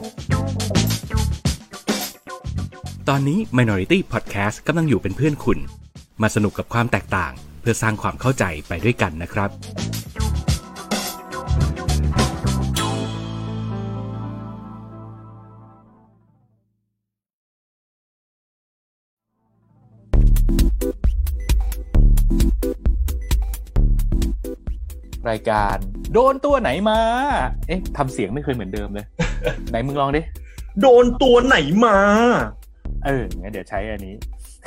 ตอนนี้ Minority Podcast กำลังอยู่เป็นเพื่อนคุณมาสนุกกับความแตกต่างเพื่อสร้างความเข้าใจไปด้วยกันนะครับรายการโดนตัวไหนมาทำเสียงไม่เคยเหมือนเดิมเลย ไหนมึงลองดิโดนตัวไหนมางั้นเดี๋ยวใช้อันนี้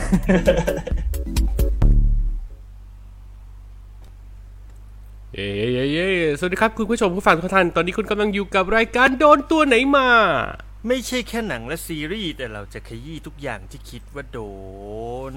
สวัสดีครับคุณผู้ชมผู้ฟังทุกท่านตอนนี้คุณกำลังอยู่กับรายการโดนตัวไหนมาไม่ใช่แค่หนังและซีรีส์แต่เราจะขยี้ทุกอย่างที่คิดว่าโดน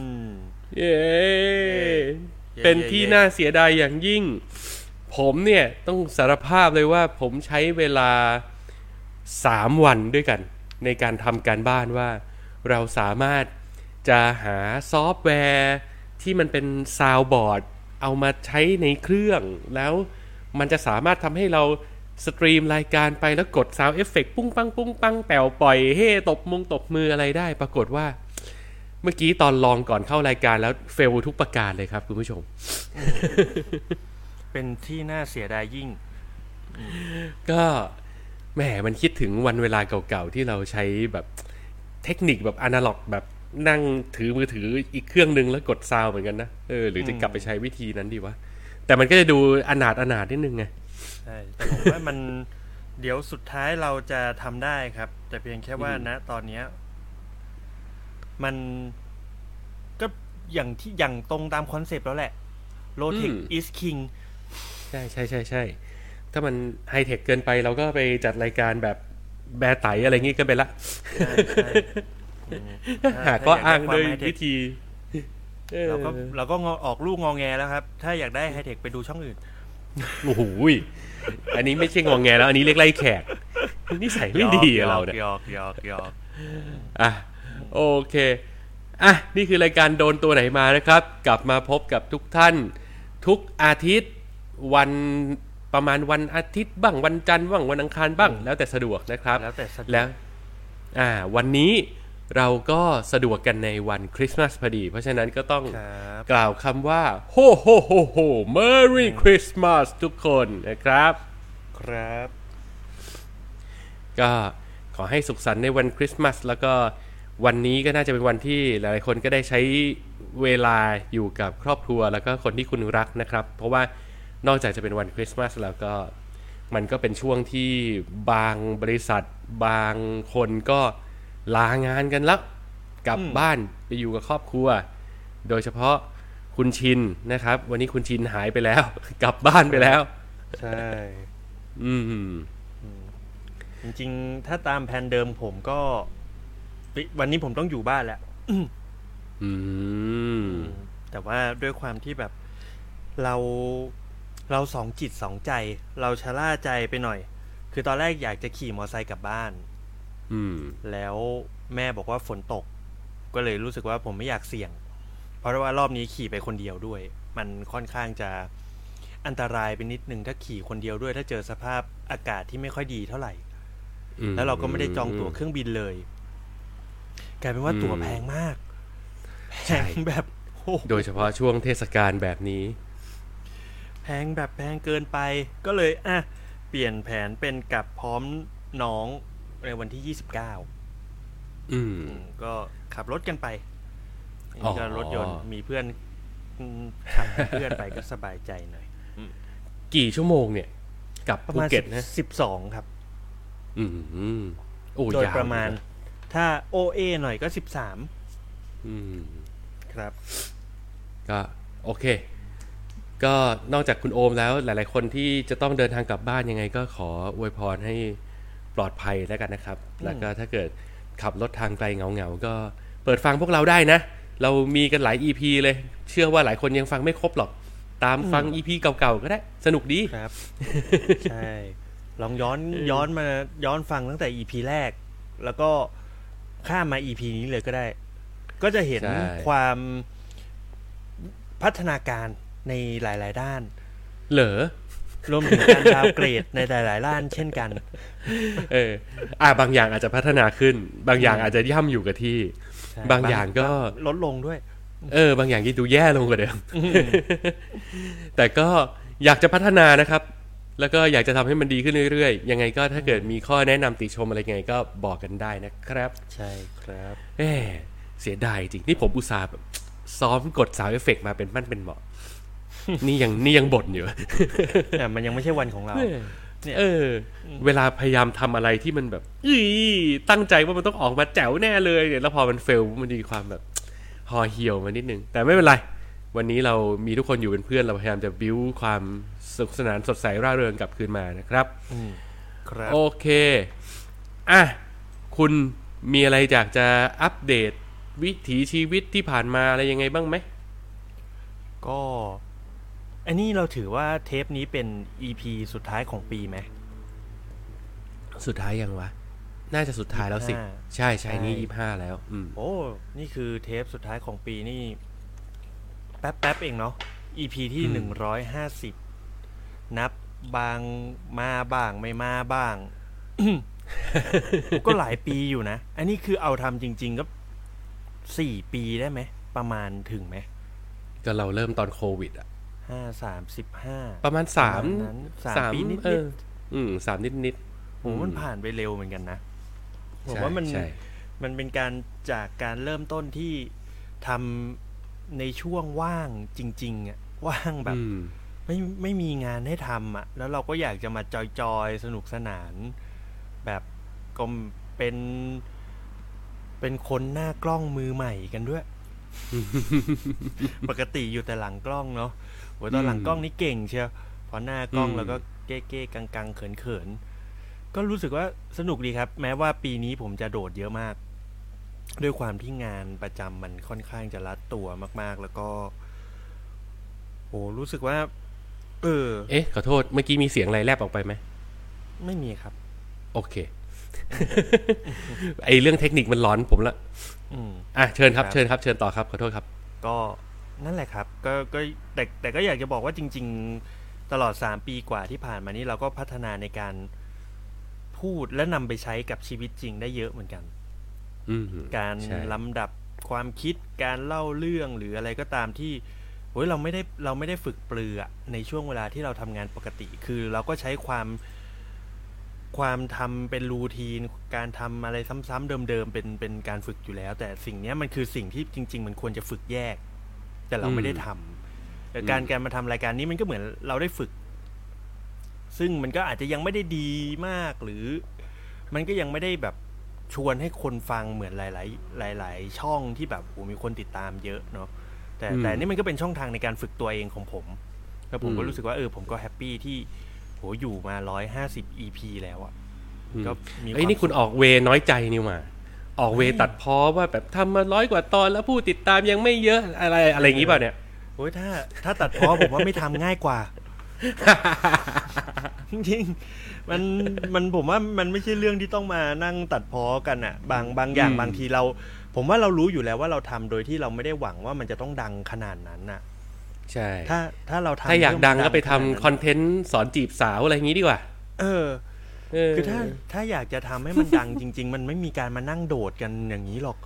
เป็นที่น่าเสียดายอย่างยิ่งผมเนี่ยต้องสารภาพเลยว่าผมใช้เวลา3วันด้วยกันในการทำการบ้านว่าเราสามารถจะหาซอฟต์แวร์ที่มันเป็นซาวด์บอร์ดเอามาใช้ในเครื่องแล้วมันจะสามารถทำให้เราสตรีมรายการไปแล้วกดซาวด์เอฟเฟกต์ปุ้งปังปุ้งปังแป๋วปล่อยเฮ่ตบมืออะไรได้ปรากฏว่าเมื่อกี้ตอนลองก่อนเข้ารายการแล้วเฟลทุกประการเลยครับคุณผู้ชมเป็นที่น่าเสียดายยิ่งก็แหมมันคิดถึงวันเวลาเก่าๆที่เราใช้แบบเทคนิคแบบอนาล็อกแบบนั่งถือมือถืออีกเครื่องนึงแล้วกดซาวเหมือนกันนะหรือจะกลับไปใช้วิธีนั้นดีวะแต่มันก็จะดูอนาถนิดนึงไงใช่แต่ผมว่ามันเดี๋ยวสุดท้ายเราจะทำได้ครับแต่เพียงแค่ว่าณตอนนี้มันก็อย่างตรงตามคอนเซปต์แล้วแหละ Low Tech is King ใช่ถ้ามันไฮเทคเกินไปเราก็ไปจัดรายการแบบแบร์ไตอะไรงี้กันไปละหาก็อ้างด้วยวิธีเราก็ออกลูกงอแงแล้วครับถ้าอยากได้ไฮเทคไปดูช่องอื่นโอ้โหอันนี้ไม่ใช่งอแงแล้วอันนี้เรียกไล่แขกนี่ใส่ไม่ดีเราเนี่ยหยอกโอเคนี่คือรายการโดนตัวไหนมานะครับกลับมาพบกับทุกท่านทุกอาทิตย์วันประมาณวันอาทิตย์บ้างวันจันทร์บ้างวันอังคารบ้างแล้วแต่สะดวกนะครับแล้ววันนี้เราก็สะดวกกันในวันคริสต์มาสพอดีเพราะฉะนั้นก็ต้องกล่าวคำว่าโฮโฮโฮโฮ Merry Christmas ทุกคนนะครับก็ขอให้สุขสันต์ในวันคริสต์มาสแล้วก็วันนี้ก็น่าจะเป็นวันที่หลายๆคนก็ได้ใช้เวลาอยู่กับครอบครัวแล้วก็คนที่คุณรักนะครับเพราะว่านอกจากจะเป็นวันคริสต์มาสแล้วก็มันก็เป็นช่วงที่บางบริษัทบางคนก็ลางานกันแล้วกลับบ้านไปอยู่กับครอบครัวโดยเฉพาะคุณชินนะครับวันนี้คุณชินหายไปแล้วกลับบ้านไปแล้วใช่จริงๆถ้าตามแผนเดิมผมก็วันนี้ผมต้องอยู่บ้านแหละแต่ว่าด้วยความที่แบบเราสองจิตสองใจเราชะล่าใจไปหน่อยคือตอนแรกอยากจะขี่มอเตอร์ไซค์กลับบ้านแล้วแม่บอกว่าฝนตกก็เลยรู้สึกว่าผมไม่อยากเสี่ยงเพราะว่ารอบนี้ขี่ไปคนเดียวด้วยมันค่อนข้างจะอันตรายไปนิดนึงถ้าขี่คนเดียวด้วยถ้าเจอสภาพอากาศที่ไม่ค่อยดีเท่าไหร่แล้วเราก็ไม่ได้จองตั๋วเครื่องบินเลยกลายเป็นว่าตั๋วแพงมากแพงแบบโดยเฉพาะช่วงเทศกาลแบบนี้แพงเกินไปก็เลยเปลี่ยนแผนเป็นกลับพร้อมน้องในวันที่29ก็ขับรถกันไปนี่ก็รถยนต์มีเพื่อนขับเพื่อนไปก็สบายใจหน่อยกี่ชั่วโมงเนี่ยกลับภูเก็ตนะ 12ครับโดยประมาณถ้า OA หน่อยก็13ครับก็โอเคก็นอกจากคุณโอมแล้วหลายๆคนที่จะต้องเดินทางกลับบ้านยังไงก็ขออวยพรให้ปลอดภัยแล้วกันนะครับแล้วก็ถ้าเกิดขับรถทางไกลเหงาๆก็เปิดฟังพวกเราได้นะเรามีกันหลาย EP เลยเชื่อว่าหลายคนยังฟังไม่ครบหรอกตามฟัง EP เก่าๆก็ได้สนุกดีครับใช่ลองย้อนฟังตั้งแต่ EP แรกแล้วก็ข้ามมา EP นี้เลยก็ได้ก็จะเห็นความพัฒนาการในหลายๆด้านเหรอรวมถึงการดาวเกรดในหลายๆร้านเช่นกันบางอย่างอาจจะพัฒนาขึ้นบางอย่างอาจจะย่ำอยู่กับที่บางอย่างก็ลดลงด้วยบางอย่างที่ดูแย่ลงกว่าเดิมแต่ก็อยากจะพัฒนานะครับแล้วก็อยากจะทำให้มันดีขึ้นเรื่อยๆยังไงก็ถ้าเกิดมีข้อแนะนำติชมอะไรไงก็บอกกันได้นะครับใช่ครับเสียดายจริงนี่ผมอุตส่าห์ซ้อมกดซาวด์เอฟเฟกต์มาเป็นมั่นเป็นเหมาะนี่ยังบ่นอยู่มันยังไม่ใช่วันของเราเนี่ยเวลาพยายามทำอะไรที่มันแบบตั้งใจว่ามันต้องออกมาแจ๋วแน่เลยเนี่ยแล้วพอมันเฟลมันมีความแบบห่อเหี่ยวมานิดนึงแต่ไม่เป็นไรวันนี้เรามีทุกคนอยู่เป็นเพื่อนเราพยายามจะบิ้วความสนุกสนานสดใสร่าเริงกลับคืนมานะครับครับโอเคคุณมีอะไรอยากจะอัปเดตวิถีชีวิตที่ผ่านมาอะไรยังไงบ้างไหมก็อันนี้เราถือว่าเทปนี้เป็น EP สุดท้ายของปีไหมสุดท้ายยังวะน่าจะสุดท้ายแล้วสิใช่นี่25แล้วโอ้นี่คือเทปสุดท้ายของปีนี่แป๊บเองเนาะ EP ที่150นับบางมาบ้างไม่มาบ้าง ก็หลายปีอยู่นะอันนี้คือเอาทำจริงๆก็4 ปีได้ไหมประมาณถึงไหมก็เราเริ่มตอนโควิด 35 ประมาณ3 ปีนิด 3นิดโหมันผ่านไปเร็วเหมือนกันนะผมว่ามันเป็นการจากการเริ่มต้นที่ทำในช่วงว่างจริงๆอ่ะว่างแบบไม่มีงานให้ทำอ่ะแล้วเราก็อยากจะมาจอยสนุกสนานแบบก็เป็นคนหน้ากล้องมือใหม่กันด้วย ปกติอยู่แต่หลังกล้องเนาะโหตอนหลังกล้องนี่เก่งเชียวพอหน้ากล้องแล้วก็เก้ๆกังๆเขินๆก็รู้สึกว่าสนุกดีครับแม้ว่าปีนี้ผมจะโดดเยอะมากด้วยความที่งานประจำมันค่อนข้างจะรัดตัวมากๆแล้วก็โหรู้สึกว่าขอโทษเมื่อกี้มีเสียงอะไรแลบออกไปไหมไม่มีครับโอเค ไอเรื่องเทคนิคมันร้อนผมละเชิญครับเชิญต่อครับขอโทษครับก็นั่นแหละครับก็แต่ก็อยากจะบอกว่าจริงๆตลอด3 ปีกว่าที่ผ่านมานี้เราก็พัฒนาในการพูดและนำไปใช้กับชีวิตจริงได้เยอะเหมือนกันการลำดับความคิดการเล่าเรื่องหรืออะไรก็ตามที่เราไม่ได้ฝึกปรือในช่วงเวลาที่เราทำงานปกติคือเราก็ใช้ความทำเป็นรูทีนการทำอะไรซ้ำๆเดิมๆเป็นการฝึกอยู่แล้วแต่สิ่งนี้มันคือสิ่งที่จริงๆมันควรจะฝึกแยกแต่เราไม่ได้ทำแต่การมาทำรายการนี้มันก็เหมือนเราได้ฝึกซึ่งมันก็อาจจะยังไม่ได้ดีมากหรือมันก็ยังไม่ได้แบบชวนให้คนฟังเหมือนหลายช่องที่แบบมีคนติดตามเยอะเนาะแต่นี่มันก็เป็นช่องทางในการฝึกตัวเองของผมแล้วผมก็รู้สึกว่าผมก็แฮปปี้ที่อยู่มา150 EP แล้วอ่ะก็มีนี่คุณออกเวน้อยใจนี่มาออกเวตัดพ้อว่าแบบทำมา100 กว่าตอนแล้วผู้ติดตามยังไม่เยอะอะไรอย่างงี้ป่ะเนี่ยถ้าตัดพ้อผมว่าไม่ทำง่ายกว่าจริงๆมันผมว่ามันไม่ใช่เรื่องที่ต้องมานั่งตัดพ้อกันอ่ะบางอย่างบางทีผมว่าเรารู้อยู่แล้วว่าเราทำโดยที่เราไม่ได้หวังว่ามันจะต้องดังขนาดนั้นน่ะใช่ถ้าเราทำถ้าอยากดังก็ไปทำคอนเทนต์สอนจีบสาวอะไรอย่างนี้ดีกว่าคือถ้าอยากจะทำให้มันดังจริงๆมันไม่มีการมานั่งโดดกันอย่างนี้หรอก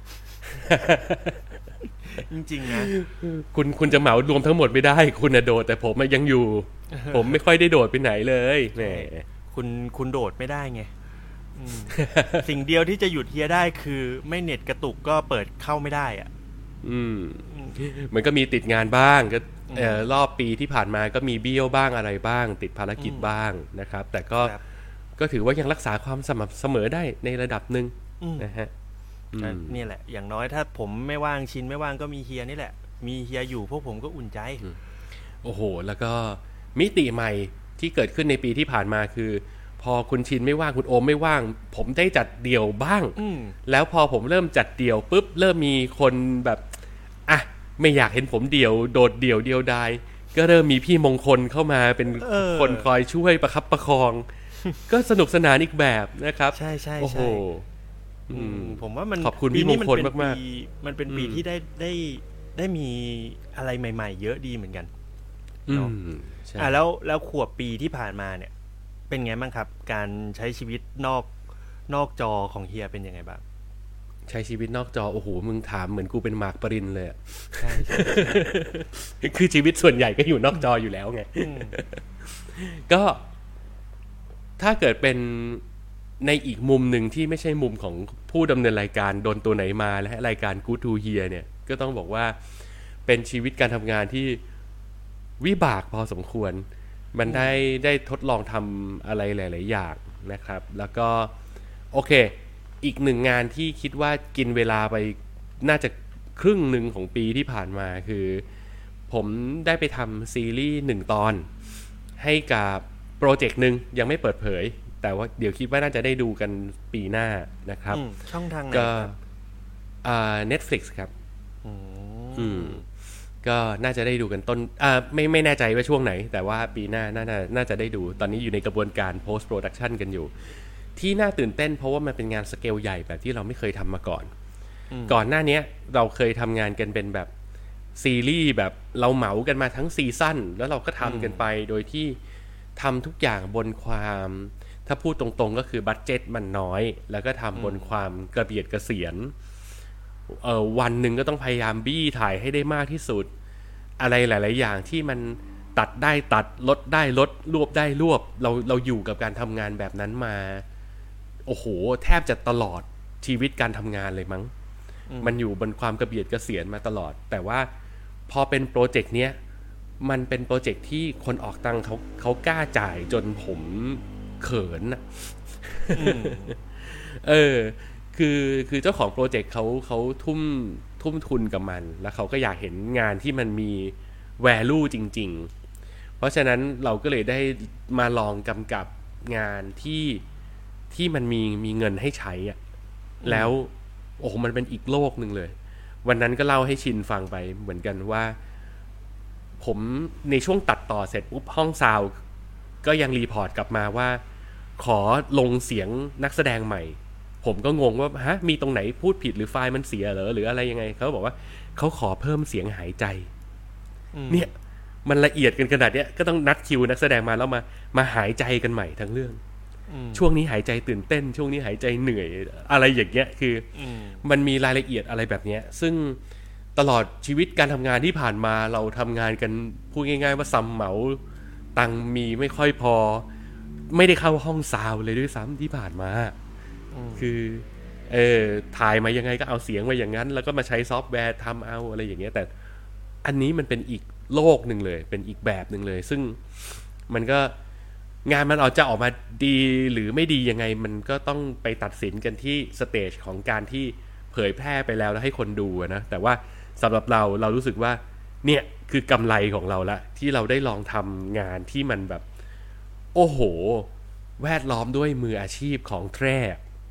จริงๆนะคุณจะเหมารวมทั้งหมดไม่ได้คุณโดดแต่ผมยังอยู่ผมไม่ค่อยได้โดดไปไหนเลยแหมคุณโดดไม่ได้ไงสิ่งเดียวที่จะหยุดเฮียได้คือไม่เน็ตกระตุกก็เปิดเข้าไม่ได้อ่ะมันก็มีติดงานบ้างก็รอบปีที่ผ่านมาก็มีเบี้ยวบ้างอะไรบ้างติดภารกิจบ้างนะครับแต่ก็ถือว่ายังรักษาความสม่ำเสมอได้ในระดับนึงนะฮะนี่แหละอย่างน้อยถ้าผมไม่ว่างชินไม่ว่างก็มีเฮียนี่แหละมีเฮียอยู่พวกผมก็อุ่นใจโอ้โหแล้วก็มิติใหม่ที่เกิดขึ้นในปีที่ผ่านมาคือพอคุณชินไม่ว่างคุณโอมไม่ว่างผมได้จัดเดี่ยวบ้างแล้วพอผมเริ่มจัดเดี่ยวปุ๊บเริ่มมีคนแบบไม่อยากเห็นผมเดี่ยวโดดเดี่ยวเดียวดายก็เริ่มมีพี่มงคลเข้ามาเป็นคนคอยช่วยประคับประคองก็สนุกสนานอีกแบบนะครับใช่โอ้โหผมว่ามันขอบคุณพี่มงคลมากๆมันเป็นปีที่ได้มีอะไรใหม่ๆเยอะดีเหมือนกันเนาะแล้วขวบปีที่ผ่านมาเนี่ยเป็นไงบ้างครับการใช้ชีวิตนอกจอของเฮียเป็นยังไงบ้างใช้ชีวิตนอกจอโอ้โหมึงถามเหมือนกูเป็นหมากปรินเลยใช่คือชีวิตส่วนใหญ่ก็อยู่นอกจออยู่แล้วไงก็ถ้าเกิดเป็นในอีกมุมหนึ่งที่ไม่ใช่มุมของผู้ดำเนินรายการโดนตัวไหนมาและรายการ Good to Hear เนี่ยก็ต้องบอกว่าเป็นชีวิตการทำงานที่วิบากพอสมควรมันได้ทดลองทำอะไรหลายๆอย่างนะครับแล้วก็โอเคอีกหนึ่งงานที่คิดว่ากินเวลาไปน่าจะครึ่งหนึ่งของปีที่ผ่านมาคือผมได้ไปทำซีรีส์1 ตอนให้กับโปรเจกต์หนึ่งยังไม่เปิดเผยแต่ว่าเดี๋ยวคิดว่าน่าจะได้ดูกันปีหน้านะครับช่องทางไหนครับNetflix ครับก็น่าจะได้ดูกันต้นไม่แน่ใจว่าช่วงไหนแต่ว่าปีหน้าน่าจะได้ดูตอนนี้อยู่ในกระบวนการ post production กันอยู่ที่น่าตื่นเต้นเพราะว่ามันเป็นงานสเกลใหญ่แบบที่เราไม่เคยทำมาก่อนหน้านี้เราเคยทำงานกันเป็นแบบซีรีส์แบบเราเหมากันมาทั้งซีซั่นแล้วเราก็ทำกันไปโดยที่ทำทุกอย่างบนความถ้าพูดตรงๆก็คือบัดเจ็ตมันน้อยแล้วก็ทำบนความกระเบียดกระเสียนวันหนึ่งก็ต้องพยายามบี้ถ่ายให้ได้มากที่สุดอะไรหลายๆอย่างที่มันตัดได้ตัดลดได้ลดรวบได้รวบเราอยู่กับการทำงานแบบนั้นมาโอ้โหแทบจะตลอดชีวิตการทำงานเลยมั้งมันอยู่บนความกระเบียดกระเสียนมาตลอดแต่ว่าพอเป็นโปรเจกต์เนี้ยมันเป็นโปรเจกต์ที่คนออกตังค์เขากล้าจ่ายจนผมเขินอ่ะคือเจ้าของโปรเจกต์เขาทุ่มทุนกับมันแล้วเขาก็อยากเห็นงานที่มันมี value จริงๆเพราะฉะนั้นเราก็เลยได้มาลองกำกับงานที่มันมีเงินให้ใช้อ่ะแล้วโอ้โหมันเป็นอีกโลกนึงเลยวันนั้นก็เล่าให้ชินฟังไปเหมือนกันว่าผมในช่วงตัดต่อเสร็จปุ๊บห้องซาวด์ก็ยังรีพอร์ตกลับมาว่าขอลงเสียงนักแสดงใหม่ผมก็งงว่าฮะมีตรงไหนพูดผิดหรือไฟล์มันเสียเหรอหรืออะไรยังไงเขาบอกว่าเขาขอเพิ่มเสียงหายใจเนี่ยมันละเอียดกันขนาดเนี้ยก็ต้องนัดคิวนักแสดงมาแล้วมาหายใจกันใหม่ทั้งเรื่องช่วงนี้หายใจตื่นเต้นช่วงนี้หายใจเหนื่อยอะไรอย่างเงี้ยคือมันมีรายละเอียดอะไรแบบเนี้ยซึ่งตลอดชีวิตการทำงานที่ผ่านมาเราทำงานกันพูดง่ายๆว่าซ้ำเหมาตังมีไม่ค่อยพอไม่ได้เข้าห้องซาวเลยด้วยซ้ำที่ผ่านมาคือถ่ายมายังไงก็เอาเสียงมาอย่างนั้นแล้วก็มาใช้ซอฟต์แวร์ทำเอาอะไรอย่างเงี้ยแต่อันนี้มันเป็นอีกโลกหนึ่งเลยเป็นอีกแบบหนึ่งเลยซึ่งมันก็งานมันจะออกมาดีหรือไม่ดียังไงมันก็ต้องไปตัดสินกันที่สเตจของการที่เผยแพร่ไปแล้วให้คนดูนะแต่ว่าสำหรับเรารู้สึกว่าเนี่ยคือกำไรของเราละที่เราได้ลองทำงานที่มันแบบโอ้โหแวดล้อมด้วยมืออาชีพของแท้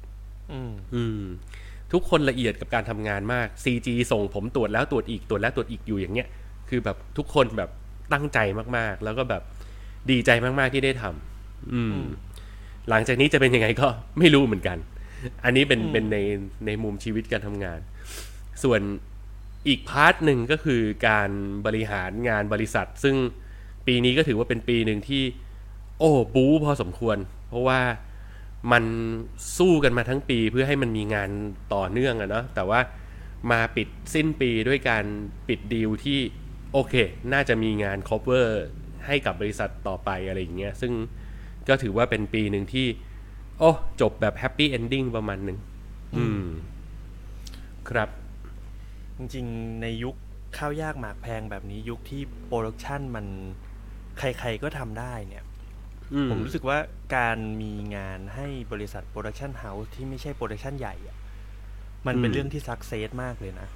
ทุกคนละเอียดกับการทำงานมาก CG ส่งผมตรวจแล้วตรวจอีกตรวจแล้วตรวจอีกอยู่อย่างเงี้ยคือแบบทุกคนแบบตั้งใจมากๆแล้วก็แบบดีใจมากๆที่ได้ทำหลังจากนี้จะเป็นยังไงก็ไม่รู้เหมือนกันอันนี้เป็นในมุมชีวิตการทำงานส่วนอีกพาร์ทหนึ่งก็คือการบริหารงานบริษัทซึ่งปีนี้ก็ถือว่าเป็นปีหนึ่งที่บู๊พอสมควรเพราะว่ามันสู้กันมาทั้งปีเพื่อให้มันมีงานต่อเนื่องอะเนาะแต่ว่ามาปิดสิ้นปีด้วยการปิดดีลที่โอเคน่าจะมีงาน cover ให้กับบริษัทต่อไปอะไรอย่างเงี้ยซึ่งก็ถือว่าเป็นปีหนึ่งที่จบแบบแฮปปี้เอนดิ้งประมาณหนึ่งครับจริงๆในยุคข้าวยากหมากแพงแบบนี้ยุคที่โปรดักชันมันใครๆก็ทำได้เนี่ยผมรู้สึกว่าการมีงานให้บริษัทโปรดักชันเฮาส์ที่ไม่ใช่โปรดักชันใหญ่อ่ะมันเป็นเรื่องที่ซักเซสมากเลยนะ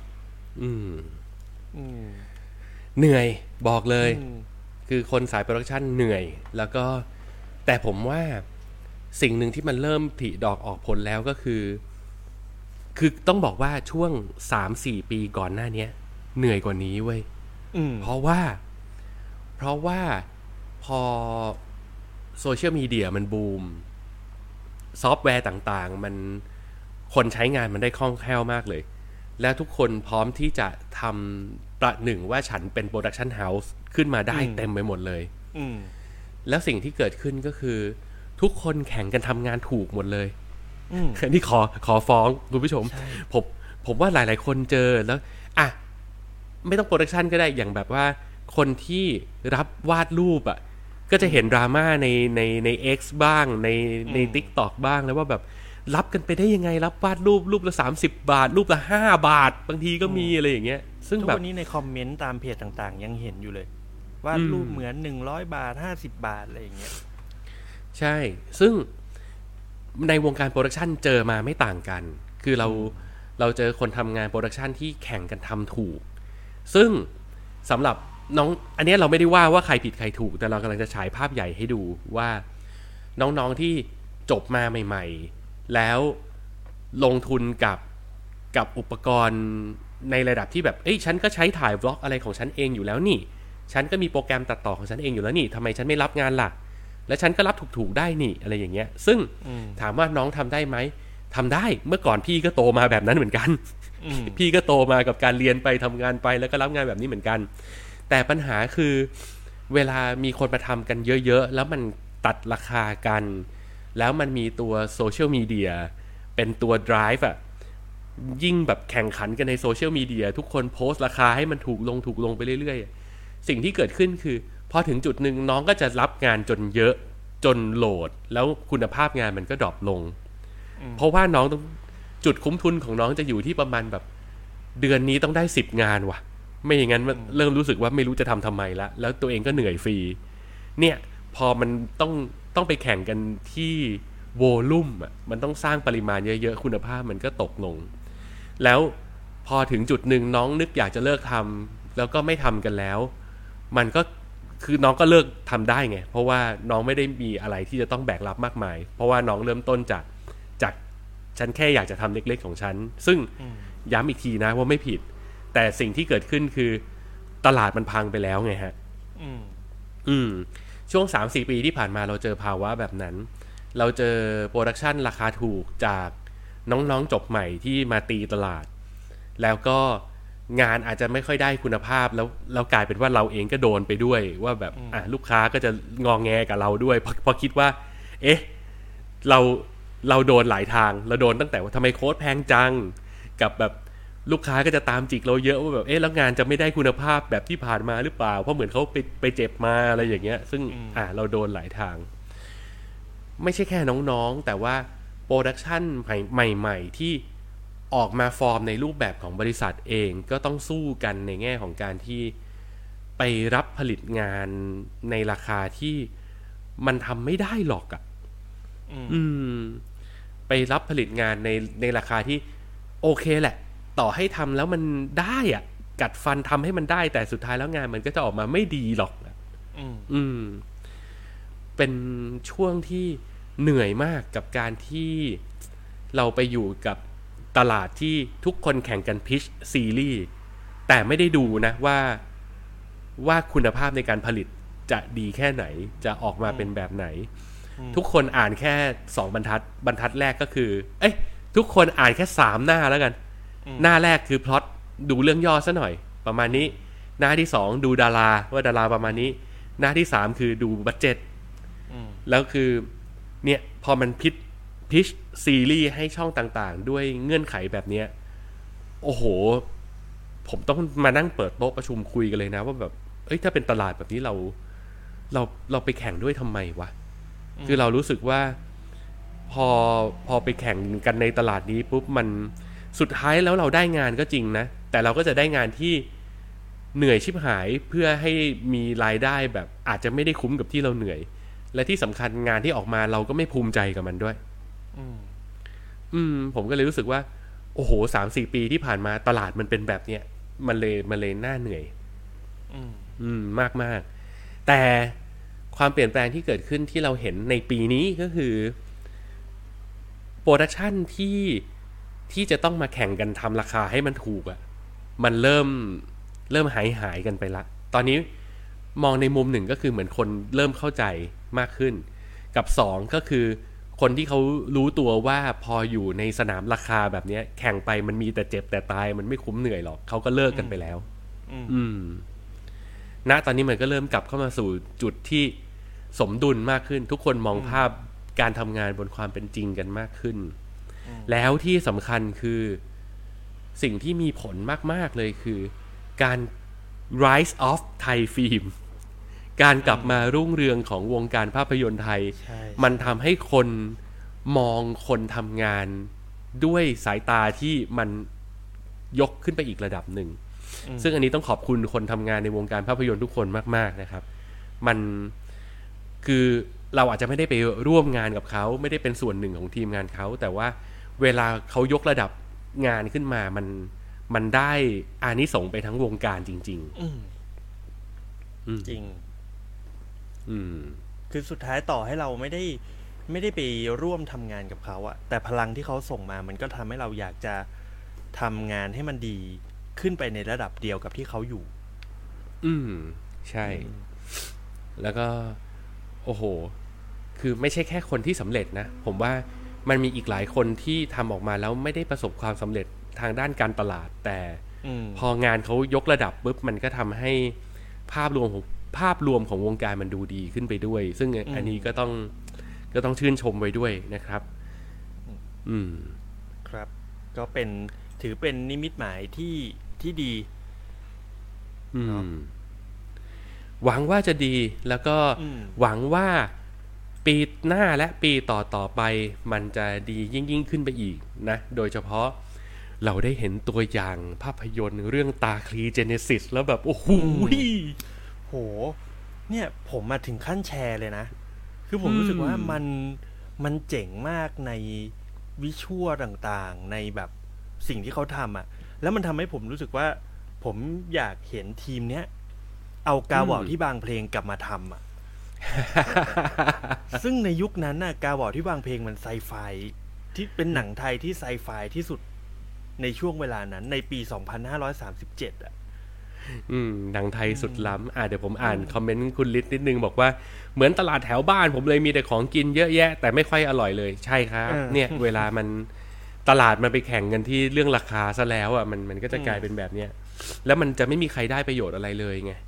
เหนื่อยบอกเลยคือคนสายโปรดักชันเหนื่อยแล้วก็แต่ผมว่าสิ่งหนึ่งที่มันเริ่มผลิดอกออกผลแล้วก็คือต้องบอกว่าช่วง 3-4 ปีก่อนหน้านี้เหนื่อยกว่านี้เว้ยเพราะว่าพอโซเชียลมีเดียมันบูมซอฟต์แวร์ต่างๆมันคนใช้งานมันได้คล่องแคล่วมากเลยแล้วทุกคนพร้อมที่จะทำประหนึ่งว่าฉันเป็นโปรดักชันเฮาส์ขึ้นมาได้เต็มไปหมดเลยแล้วสิ่งที่เกิดขึ้นก็คือทุกคนแข่งกันทำงานถูกหมดเลยอันนี้ขอฟ้องคุณผู้ชมผมว่าหลายๆคนเจอแล้วไม่ต้องโปรดักชันก็ได้อย่างแบบว่าคนที่รับวาดรูปก็จะเห็นดราม่าใน X บ้างใน TikTok บ้างแล้วว่าแบบรับกันไปได้ยังไงรับวาดรูปละ30 บาทรูปละ5 บาทบางทีก็มีอะไรอย่างเงี้ยซึ่งแบบทุกวันนี้ในคอมเมนต์ตามเพจต่างๆยังเห็นอยู่เลยวาดรูปเหมือน100 บาท50 บาทอะไรอย่างเงี้ยใช่ซึ่งในวงการโปรดักชันเจอมาไม่ต่างกันคือเราเจอคนทำงานโปรดักชันที่แข่งกันทำถูกซึ่งสำหรับน้องอันนี้เราไม่ได้ว่าใครผิดใครถูกแต่เรากำลังจะฉายภาพใหญ่ให้ดูว่าน้องๆที่จบมาใหม่ๆแล้วลงทุนกับอุปกรณ์ในระดับที่แบบฉันก็ใช้ถ่ายวล็อกอะไรของฉันเองอยู่แล้วนี่ฉันก็มีโปรแกรมตัดต่อของฉันเองอยู่แล้วนี่ทำไมฉันไม่รับงานล่ะและฉันก็รับถูกๆได้นี่อะไรอย่างเงี้ยซึ่งถามว่าน้องทำได้ไหมทำได้เมื่อก่อนพี่ก็โตมาแบบนั้นเหมือนกันพี่ก็โตมากับการเรียนไปทำงานไปแล้วก็รับงานแบบนี้เหมือนกันแต่ปัญหาคือเวลามีคนมาทำกันเยอะๆแล้วมันตัดราคากันแล้วมันมีตัวโซเชียลมีเดียเป็นตัว drive ยิ่งแบบแข่งขันกันในโซเชียลมีเดียทุกคนโพสต์ราคาให้มันถูกลงไปเรื่อยๆสิ่งที่เกิดขึ้นคือพอถึงจุดหนึ่งน้องก็จะรับงานจนเยอะจนโหลดแล้วคุณภาพงานมันก็ดรอปลงเพราะว่าน้องต้องจุดคุ้มทุนของน้องจะอยู่ที่ประมาณแบบเดือนนี้ต้องได้10 งานว่ะไม่อย่างนั้นเริ่มรู้สึกว่าไม่รู้จะทำไมแล้วตัวเองก็เหนื่อยฟรีเนี่ยพอมันต้องไปแข่งกันที่โวลุ่มมันต้องสร้างปริมาณเยอะๆคุณภาพมันก็ตกลงแล้วพอถึงจุดหนึ่งน้องนึกอยากจะเลิกทำแล้วก็ไม่ทำกันแล้วมันก็คือน้องก็เลิกทำได้ไงเพราะว่าน้องไม่ได้มีอะไรที่จะต้องแบกรับมากมายเพราะว่าน้องเริ่มต้นจากฉันแค่อยากจะทำเล็กๆของฉันซึ่งย้ำอีกทีนะว่าไม่ผิดแต่สิ่งที่เกิดขึ้นคือตลาดมันพังไปแล้วไงฮะช่วง 3-4 ปีที่ผ่านมาเราเจอภาวะแบบนั้นเราเจอโปรดักชันราคาถูกจากน้องๆจบใหม่ที่มาตีตลาดแล้วก็งานอาจจะไม่ค่อยได้คุณภาพแล้วกลายเป็นว่าเราเองก็โดนไปด้วยว่าแบบลูกค้าก็จะงอแงกับเราด้วยพอคิดว่าเราโดนหลายทางเราโดนตั้งแต่ว่าทำไมโค้ดแพงจังกับแบบลูกค้าก็จะตามจิกเราเยอะว่าแบบแล้วงานจะไม่ได้คุณภาพแบบที่ผ่านมาหรือเปล่าเพราะเหมือนเขาไปเจ็บมาอะไรอย่างเงี้ยซึ่งเราโดนหลายทางไม่ใช่แค่น้องๆแต่ว่าโปรดักชันใหม่ๆที่ออกมาฟอร์มในรูปแบบของบริษัทเองก็ต้องสู้กันในแง่ของการที่ไปรับผลิตงานในราคาที่มันทำไม่ได้หรอกไปรับผลิตงานในราคาที่โอเคแหละต่อให้ทำแล้วมันได้กัดฟันทำให้มันได้แต่สุดท้ายแล้วงานมันก็จะออกมาไม่ดีหรอกเป็นช่วงที่เหนื่อยมากกับการที่เราไปอยู่กับตลาดที่ทุกคนแข่งกันพิชซีรีส์แต่ไม่ได้ดูนะว่าคุณภาพในการผลิตจะดีแค่ไหนจะออกมาเป็นแบบไหนทุกคนอ่านแค่2 บรรทัดแรกก็คือทุกคนอ่านแค่3 หน้าแล้วกันหน้าแรกคือพล็อตดูเรื่องย่อซะหน่อยประมาณนี้หน้าที่2ดูดาราว่าดาราประมาณนี้หน้าที่3คือดูบัดเจ็ตแล้วคือเนี่ยพอมันพิชซีรีส์ให้ช่องต่างๆด้วยเงื่อนไขแบบนี้โอ้โหผมต้องมานั่งเปิดโต๊ะประชุมคุยกันเลยนะว่าแบบถ้าเป็นตลาดแบบนี้เราไปแข่งด้วยทำไมวะคือเรารู้สึกว่าพอไปแข่งกันในตลาดนี้ปุ๊บมันสุดท้ายแล้วเราได้งานก็จริงนะแต่เราก็จะได้งานที่เหนื่อยชิบหายเพื่อให้มีรายได้แบบอาจจะไม่ได้คุ้มกับที่เราเหนื่อยและที่สำคัญงานที่ออกมาเราก็ไม่ภูมิใจกับมันด้วยผมก็เลยรู้สึกว่าโอ้โห 3-4 ปีที่ผ่านมาตลาดมันเป็นแบบเนี้ยมันเลยน่าเหนื่อยมากๆแต่ความเปลี่ยนแปลงที่เกิดขึ้นที่เราเห็นในปีนี้ก็คือโปรดักชันที่จะต้องมาแข่งกันทำราคาให้มันถูกมันเริ่มหายกันไปละตอนนี้มองในมุมหนึ่งก็คือเหมือนคนเริ่มเข้าใจมากขึ้นกับ2ก็คือคนที่เขารู้ตัวว่าพออยู่ในสนามราคาแบบนี้แข่งไปมันมีแต่เจ็บแต่ตายมันไม่คุ้มเหนื่อยหรอกเขาก็เลิกกันไปแล้วณตอนนี้มันก็เริ่มกลับเข้ามาสู่จุดที่สมดุลมากขึ้นทุกคนมองภาพการทำงานบนความเป็นจริงกันมากขึ้นแล้วที่สำคัญคือสิ่งที่มีผลมากๆเลยคือการ rise of Thai film การกลับมารุ่งเรืองของวงการภาพยนตร์ไทยมันทำให้คนมองคนทำงานด้วยสายตาที่มันยกขึ้นไปอีกระดับหนึ่งซึ่งอันนี้ต้องขอบคุณคนทำงานในวงการภาพยนตร์ทุกคนมากๆนะครับมันคือเราอาจจะไม่ได้ไปร่วมงานกับเขาไม่ได้เป็นส่วนหนึ่งของทีมงานเขาแต่ว่าเวลาเขายกระดับงานขึ้นมามันได้อานิสงส์ไปทั้งวงการจริงๆจริงคือสุดท้ายต่อให้เราไม่ได้ไปร่วมทำงานกับเขาอะแต่พลังที่เขาส่งมามันก็ทำให้เราอยากจะทำงานให้มันดีขึ้นไปในระดับเดียวกับที่เขาอยู่ใช่แล้วก็โอ้โหคือไม่ใช่แค่คนที่สำเร็จนะผมว่ามันมีอีกหลายคนที่ทำออกมาแล้วไม่ได้ประสบความสำเร็จทางด้านการตลาดแต่พองานเขายกระดับปุ๊บมันก็ทำให้ภาพรวมของวงการมันดูดีขึ้นไปด้วยซึ่งอันนี้ก็ต้องชื่นชมไว้ด้วยนะครับครับก็ถือเป็นนิมิตหมายที่ดีหวังว่าจะดีแล้วก็หวังว่าปีหน้าและปีต่อไปมันจะดียิ่งขึ้นไปอีกนะโดยเฉพาะเราได้เห็นตัวอย่างภาพยนตร์เรื่องตาคลีเจเนซิสแล้วแบบโอ้โหเนี่ยผมมาถึงขั้นแชร์เลยนะคือผมรู้สึกว่ามันเจ๋งมากในวิชวลต่างๆในแบบสิ่งที่เขาทำอ่ะแล้วมันทำให้ผมรู้สึกว่าผมอยากเห็นทีมเนี้ยเอากาวอที่บางเพลงกลับมาทำอ่ะ ซึ่งในยุคนั้นน่ะกาวอที่บางเพลงมันไซไฟที่เป็นหนังไทยที่ไซไฟที่สุดในช่วงเวลานั้นในปี2537อ่ะหนังไทยสุดล้ำเดี๋ยวผมอ่านคอมเมนต์คุณลิศนิดนึงบอกว่าเหมือนตลาดแถวบ้านผมเลยมีแต่ของกินเยอะแยะแต่ไม่ค่อยอร่อยเลยใช่ครับเนี่ยเวลามันตลาดมันไปแข่งกันที่เรื่องราคาซะแล้วอ่ะมันก็จะกลายเป็นแบบเนี้ยแล้วมันจะไม่มีใครได้ประโยชน์อะไรเลยไง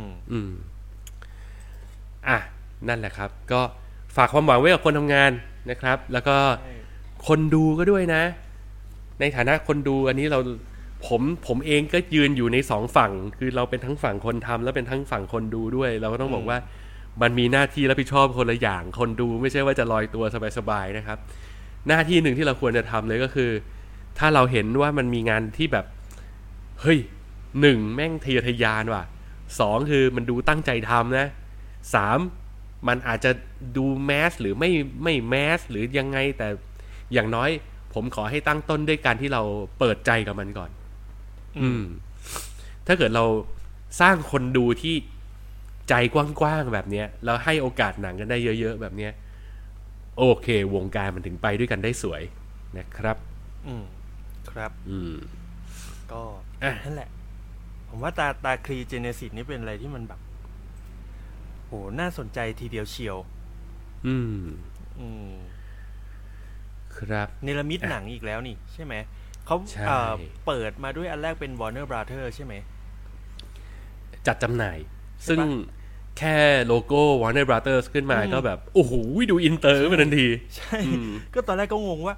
นั่นแหละครับก็ฝากความหวังไว้กับคนทำงานนะครับแล้วก็คนดูก็ด้วยนะในฐานะคนดูอันนี้ผมเองก็ยืนอยู่ในสองฝั่งคือเราเป็นทั้งฝั่งคนทำแล้วเป็นทั้งฝั่งคนดูด้วยเราก็ต้องบอกว่ามันมีหน้าที่รับผิดชอบคนละอย่างคนดูไม่ใช่ว่าจะลอยตัวสบายๆนะครับหน้าที่หนึ่งที่เราควรจะทำเลยก็คือถ้าเราเห็นว่ามันมีงานที่แบบเฮ้ยหนึ่งแม่งทะเยอทะยานว่ะสองคือมันดูตั้งใจทำนะสามมันอาจจะดูแมสหรือไม่แมสหรือยังไงแต่อย่างน้อยผมขอให้ตั้งต้นด้วยการที่เราเปิดใจกับมันก่อนถ้าเกิดเราสร้างคนดูที่ใจกว้างๆแบบนี้แล้วให้โอกาสหนังกันได้เยอะๆแบบนี้โอเควงการมันถึงไปด้วยกันได้สวยนะครับครับก็นั่นแหละผมว่าตาคลีเจเนซิสนี่เป็นอะไรที่มันแบบโหน่าสนใจทีเดียวเชียวครับเนรมิตหนังอีกแล้วนี่ใช่ไหมเขาเปิดมาด้วยอันแรกเป็น Warner Brothers ใช่ไหมจัดจำหน่ายซึ่งแค่โลโก้ Warner Brothers ขึ้นมาก็แบบโอ้โหดูอินเตอร์มาทันทีใช่ก็ตอนแรกก็งงว่า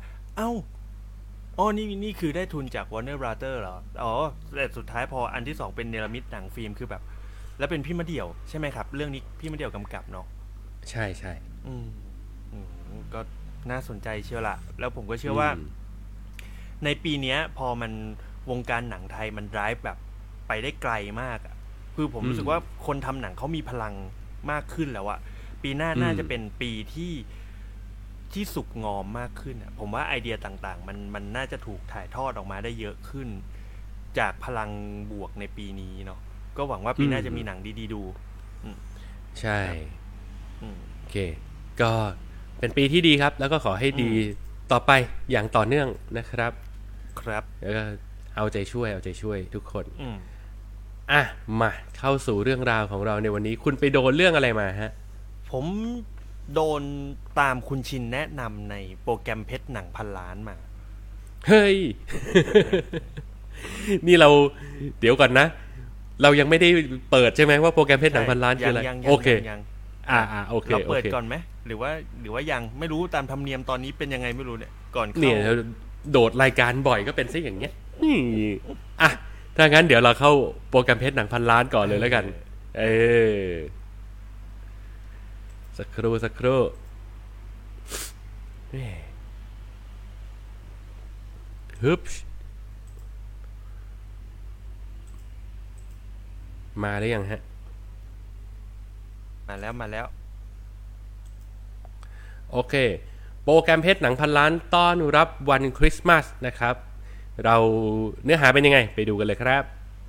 นี่คือได้ทุนจาก Warner Brothers เหรอแต่สุดท้ายพออันที่2เป็นเนรมิตหนังฟิล์มคือแบบแล้วเป็นพี่มะเดี่ยวใช่ไหมครับเรื่องนี้พี่มะเดี่ยวกำกับเนาะใช่ใช่ก็น่าสนใจเชียวละแล้วผมก็เชื่อว่าในปีนี้พอมันวงการหนังไทยมันไดรฟ์แบบไปได้ไกลมากคือผมรู้สึกว่าคนทำหนังเขามีพลังมากขึ้นแล้วปีหน้าน่าจะเป็นปีที่สุกงอมมากขึ้นผมว่าไอเดียต่างๆมันน่าจะถูกถ่ายทอดออกมาได้เยอะขึ้นจากพลังบวกในปีนี้เนาะก็หวังว่าปีหน้าจะมีหนังดีๆดูใช่โอเคก็เป็นปีที่ดีครับแล้วก็ขอให้ดีต่อไปอย่างต่อเนื่องนะครับแล้วก็เอาใจช่วยทุกคนมาเข้าสู่เรื่องราวของเราในวันนี้คุณไปโดนเรื่องอะไรมาฮะผมโดนตามคุณชินแนะนำในโปรแกรมเพชรหนังพันล้านมาเฮ้ย นี่เราเดี๋ยวก่อนนะเรายังไม่ได้เปิดใช่ไหมว่าโปรแกรมเพชรหนังพันล้านคืออะไรโอเคโอเคเราเปิดก่อนไหมหรือว่ายังไม่รู้ตามธรรมเนียมตอนนี้เป็นยังไงไม่รู้เนี่ยก่อนเข้าเนี่ยโดดรายการบ่อยก็เป็นซะอย่างเงี้ยอ่ะถ้างั้นเดี๋ยวเราเข้าโปรแกรมเพชรหนังพันล้านก่อนเลยแล้วกันสักครู่ฮึบมาได้ยังฮะมาแล้วโอเคโปรแกรมเพชรหนังพันล้านต้อนรับวันคริสต์มาสนะครับเราเนื้อหาเป็นยังไงไปดูกันเลยครับ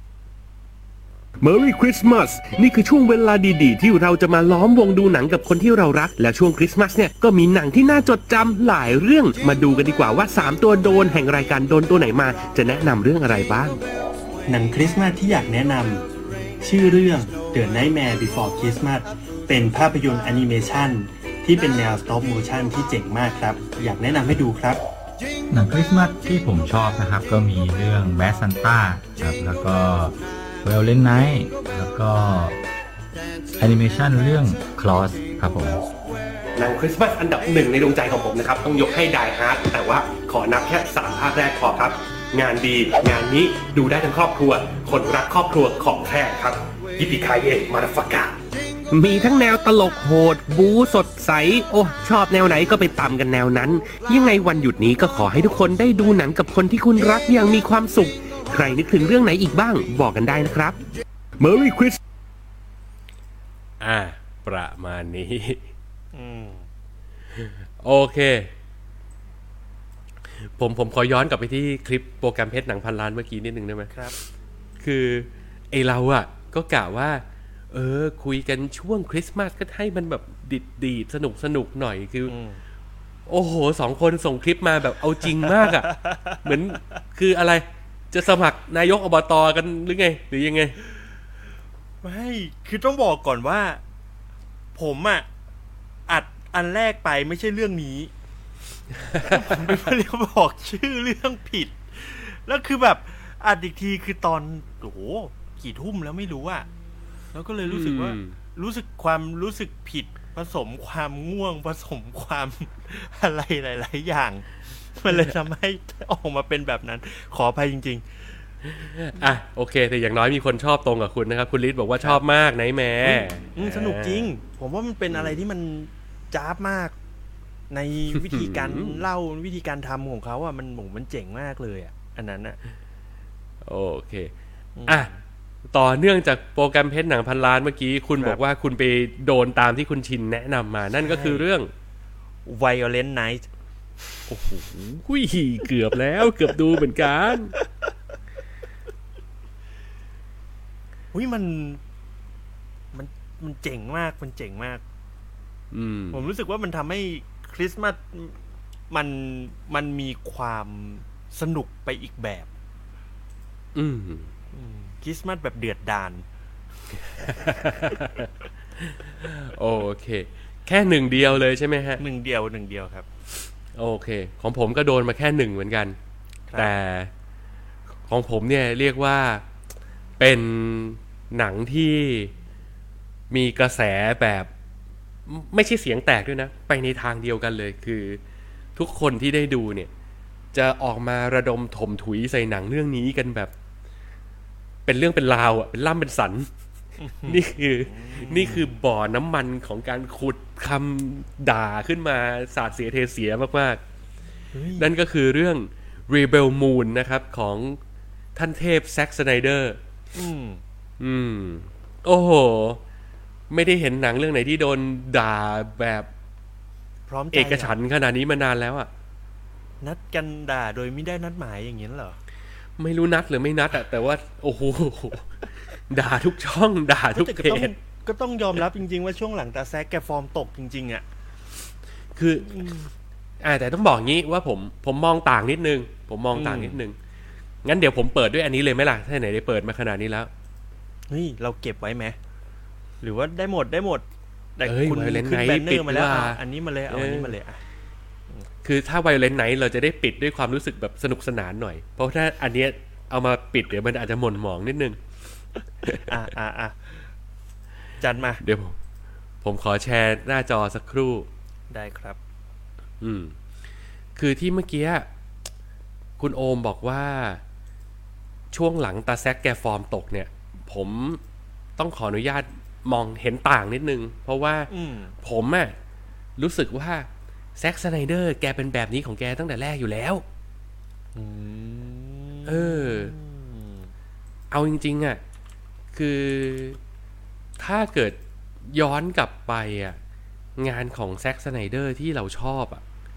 Merry Christmas นี่คือช่วงเวลาดีๆที่เราจะมาล้อมวงดูหนังกับคนที่เรารักและช่วงคริสต์มาสเนี่ยก็มีหนังที่น่าจดจำหลายเรื่องมาดูกันดีกว่าว่า3ตัวโดนแห่งรายการโดนตัวไหนมาจะแนะนำเรื่องอะไรบ้างหนังคริสต์มาสที่อยากแนะนำชื่อเรื่อง The Nightmare Before Christmas เป็นภาพยนตร์แอนิเมชันที่เป็นแนว stop motion ที่เจ๋งมากครับอยากแนะนำให้ดูครับหนังคริสต์มาสที่ผมชอบนะครับก็มีเรื่อง Bad Santa ครับแล้วก็ Violent Night แล้วก็แอนิเมชันเรื่อง Klaus ครับผมหนังคริสต์มาสอันดับ1ในดวงใจของผมนะครับต้องยกให้ Die Hard แต่ว่าขอนับแค่3ภาคแรกพอครับงานดีงานนี้ดูได้ทั้งครอบครัวคนรักครอบครัวของแท้ครับยิปปี้คายเย่มาดาฟักกามีทั้งแนวตลกโหดบู๊สดใสโอ้ชอบแนวไหนก็ไปตามกันแนวนั้นยังไงวันหยุดนี้ก็ขอให้ทุกคนได้ดูหนังกับคนที่คุณรักอย่างมีความสุขใครนึกถึงเรื่องไหนอีกบ้างบอกกันได้นะครับ Merry Christmas ประมาณนี้โอเคผมขอย้อนกลับไปที่คลิปโปรแกรมเพชรหนังพันล้านเมื่อกี้นิดนึงได้ไหมครับคือไอเราอ่ะก็กะว่าคุยกันช่วงคริสต์มาสก็ให้มันแบบดีดสนุกหน่อยคือโอ้โห2คนส่งคลิปมาแบบเอาจริงมากอ่ะเหมือนคืออะไรจะสมัครนายกอบต.กันหรือไงหรือยังไงไม่คือต้องบอกก่อนว่าผมอ่ะอัดอันแรกไปไม่ใช่เรื่องนี้ผมไปเรียกบอกชื่อเรื่องผิดแล้วคือแบบอัดอีกทีคือตอนโอ้โหกี่ทุ่มแล้วไม่รู้อ่ะแล้วก็เลยรู้สึกว่าความรู้สึกผิดผสมความง่วงผสมความอะไรหลายๆอย่างมันเลยทำให้ออกมาเป็นแบบนั้นขออภัยจริงๆโอเคแต่อย่างน้อยมีคนชอบตรงกับคุณนะครับคุณฤทธิ์บอกว่าชอบมากไหนแม่สนุกจริงผมว่ามันเป็นอะไรที่มันจ๊าบมากในวิธีการเล่าวิธีการทำของเขาอ่ะมันเจ๋งมากเลยอ่ะอันนั้นอ่ะโอเคต่อเนื่องจากโปรแกรมเพชรหนังพันล้านเมื่อกี้คุณบอกว่าคุณไปโดนตามที่คุณชินแนะนำมานั่นก็คือเรื่อง Violent Night โอ้โหเกือบแล้วเกือบดูเหมือนกันมันเจ๋งมากมันเจ๋งมากผมรู้สึกว่ามันทำให้คริสต์มาสมันมีความสนุกไปอีกแบบคริสต์มาสแบบเดือดดาลโอเคแค่หนึ่งเดียวเลยใช่ไหมฮะหนึ่งเดียวครับโอเคของผมก็โดนมาแค่หนึ่งเหมือนกันแต่ของผมเนี่ยเรียกว่าเป็นหนังที่มีกระแสแบบไม่ใช่เสียงแตกด้วยนะไปในทางเดียวกันเลยคือทุกคนที่ได้ดูเนี่ยจะออกมาระดมถมถุยใส่หนังเรื่องนี้กันแบบเป็นเรื่องเป็นราวอ่ะเป็นล่ำเป็นสัน นี่คือบ่อน้ำมันของการขุดคำด่าขึ้นมาสาดเสียเทเสียมากๆนั่นก็คือเรื่อง Rebel Moon นะครับของท่านเทพแซ็กสไนเดอร์โอ้โหไม่ได้เห็นหนังเรื่องไหนที่โดนด่าแบบพร้อมใจเอกฉันท์ขนาดนี้มานานแล้วอ่ะนัดกันด่าโดยไม่ได้นัดหมายอย่างนี้เหรอไม่รู้นัดหรือไม่นัดอ่ะแต่ว่าโอ้โหด่าทุกช่องด่าทุกเพจก็ต้องยอมรับจริงๆว่าช่วงหลังตาแซกแกฟอร์มตกจริงๆอ่ะคือแต่ต้องบอกงี้ว่าผมมองต่างนิดนึงงั้นเดี๋ยวผมเปิดด้วยอันนี้เลยไหมล่ะถ้าไหนได้เปิดมาขนาดนี้แล้วเฮ้ยเราเก็บไว้ไหมหรือว่าได้หมดแต่คุณขึ้นแบนเนอร์มาแล้วอันนี้มาเลยเอาอันนี้มาเลยคือถ้า Violent Night เราจะได้ปิดด้วยความรู้สึกแบบสนุกสนานหน่อยเพราะถ้าอันเนี้ยเอามาปิดเดี๋ยวมันอาจจะหม่นหมองนิดนึงจัดมาเดี๋ยวผมขอแชร์หน้าจอสักครู่ได้ครับคือที่เมื่อกี้คุณโอมบอกว่าช่วงหลังตาแซกแกฟอร์มตกเนี่ยผมต้องขออนุญาตมองเห็นต่างนิดนึงเพราะว่าผมรู้สึกว่าแซ็กสไนเดอร์แกเป็นแบบนี้ของแกตั้งแต่แรกอยู่แล้วเอาจริงๆคือถ้าเกิดย้อนกลับไปงานของแซ็กสไนเดอร์ที่เราชอบ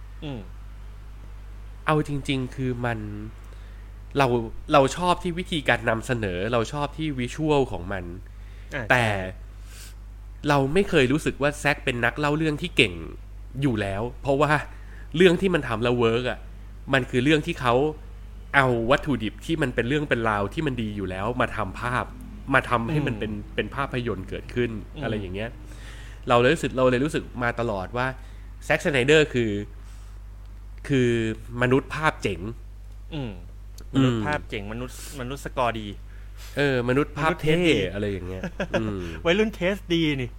เอาจริงๆคือมันเราชอบที่วิธีการนำเสนอเราชอบที่วิชวลของมันแต่เราไม่เคยรู้สึกว่าแซ็กเป็นนักเล่าเรื่องที่เก่งอยู่แล้วเพราะว่าเรื่องที่มันทำแล้วเวิร์กมันคือเรื่องที่เขาเอาวัตถุดิบที่มันเป็นเรื่องเป็นราวที่มันดีอยู่แล้วมาทำภาพมาทำให้มันเป็นภาพยนตร์เกิดขึ้นอะไรอย่างเงี้ยเราเลยรู้สึกมาตลอดว่าแซ็กสไนเดอร์คือมนุษย์ภาพเจ๋งมนุษย์ภาพเจ๋งมนุษย์สกอร์ดีมนุษย์ภาพเท่อะไรอย่างเงี้ยวัยรุ่นเทสดีนี่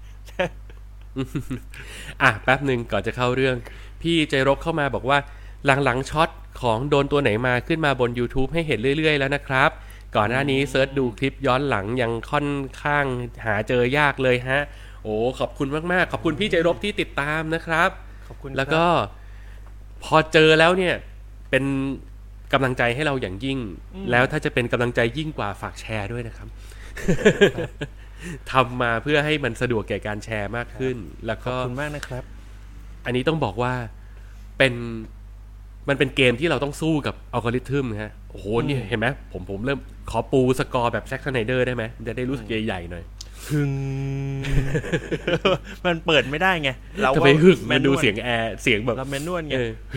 แป๊บนึงก่อนจะเข้าเรื่องพี่ใจรบเข้ามาบอกว่าหลังๆช็อตของโดนตัวไหนมาขึ้นมาบน YouTube ให้เห็นเรื่อยๆแล้วนะครับก่อนหน้านี้เซิร์ชดูคลิปย้อนหลังยังค่อนข้างหาเจอยากเลยฮะโอ้ขอบคุณมากๆขอบคุณพี่ใจรบที่ติดตามนะครับขอบคุณแล้วก็พอเจอแล้วเนี่ยเป็นกำลังใจให้เราอย่างยิ่งแล้วถ้าจะเป็นกำลังใจยิ่งกว่าฝากแชร์ด้วยนะครับ ทำมาเพื่อให้มันสะดวกแก่การแชร์มากขึ้นแล้วก็ขอบคุณมากนะครับอันนี้ต้องบอกว่ามันเป็นเกมที่เราต้องสู้กับอัลกอริทึมฮะโอ้โหนี่เห็นไหมผมเริ่มขอปูสกอร์แบบแซ็กสไนเดอร์ได้ไหมจะได้รู้สึกใหญ่ๆหน่อยมันเปิดไม่ได้ไงเราจะไปหึงมันดูเสียงแอร์เสียงแบบเราแมนนวลไง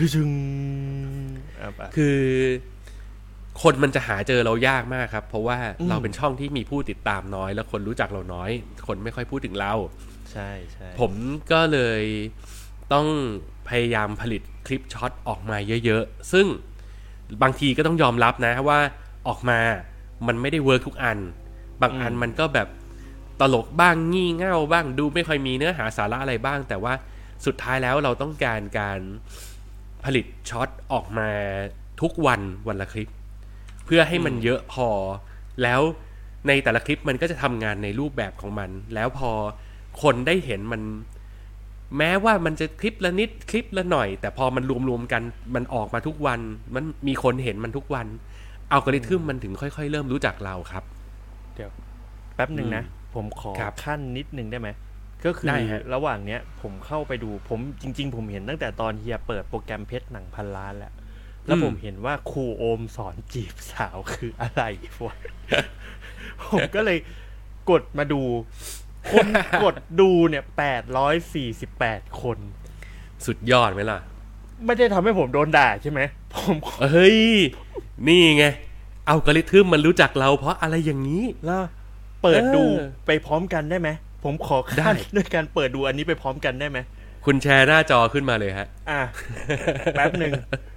คือคนมันจะหาเจอเรายากมากครับเพราะว่าเราเป็นช่องที่มีผู้ติดตามน้อยแล้วคนรู้จักเราน้อยคนไม่ค่อยพูดถึงเราใช่ผมก็เลยต้องพยายามผลิตคลิปช็อตออกมาเยอะๆซึ่งบางทีก็ต้องยอมรับนะว่าออกมามันไม่ได้เวิร์กทุกอันบางอันมันก็แบบตลกบ้างงี่เง่าบ้างดูไม่ค่อยมีเนื้อหาสาระอะไรบ้างแต่ว่าสุดท้ายแล้วเราต้องการผลิตช็อตออกมาทุกวันละคลิปเพื่อให้มันเยอะพอแล้วในแต่ละคลิปมันก็จะทำงานในรูปแบบของมันแล้วพอคนได้เห็นมันแม้ว่ามันจะคลิปละนิดคลิปละหน่อยแต่พอมันรวมๆกันมันออกมาทุกวันมันมีคนเห็นมันทุกวันอัลกอริทึมมันถึงค่อยๆเริ่มรู้จักเราครับเดี๋ยวแป๊บนึงนะผมขอขั้นนิดนึงได้ไหมก็คือระหว่างเนี้ยผมเข้าไปดูผมจริงๆผมเห็นตั้งแต่ตอนเฮียเปิดโปรแกรมเพชรหนังพันล้านแล้วผมเห็นว่าครูโอมสอนจีบสาวคืออะไรวะผมก็เลยกดมาดูคนกดดูเนี่ย848คนสุดยอดไหมล่ะไม่ได้ทำให้ผมโดนด่าใช่ไหมผมเฮ้ยนี่ไงอัลกอริทึมมันรู้จักเราเพราะอะไรอย่างนี้แล้วเปิดดูไปพร้อมกันได้ไหมผมขอขั้นด้วยการเปิดดูอันนี้ไปพร้อมกันได้ไหมคุณแชร์หน้าจอขึ้นมาเลยฮะแป๊บหนึ่ง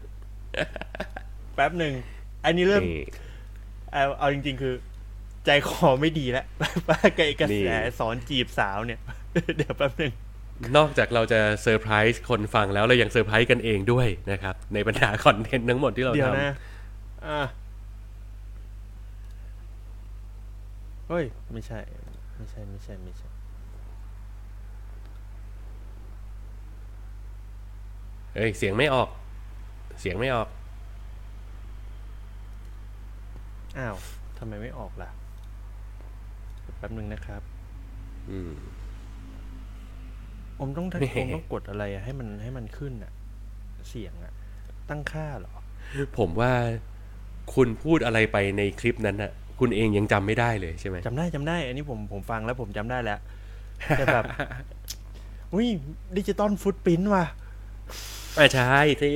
อันนี้เริ่มเอาจริงๆคือใจคอไม่ดีแล้วป้าไก่กระแสสอนจีบสาวเนี่ยเดี๋ยวแป๊บนึงนอกจากเราจะเซอร์ไพรส์คนฟังแล้วเรายังเซอร์ไพรส์กันเองด้วยนะครับในบรรดาคอนเทนต์ทั้งหมดที่เราทำเดี๋ยวนะเฮ้ยไม่ใช่เฮ้ยเสียงไม่ออกอ้าวทำไมไม่ออกล่ะแป๊บนึงนะครับผมต้องกดอะไรให้มันขึ้นเสียงตั้งค่าเหรอผมว่าคุณพูดอะไรไปในคลิปนั้นคุณเองยังจำไม่ได้เลยใช่ไหมจำได้อันนี้ผมฟังแล้วผมจำได้แล้วแต่แบบอุ้ยดิจิตอลฟุตพริ้นท์ว่ะใช่สิ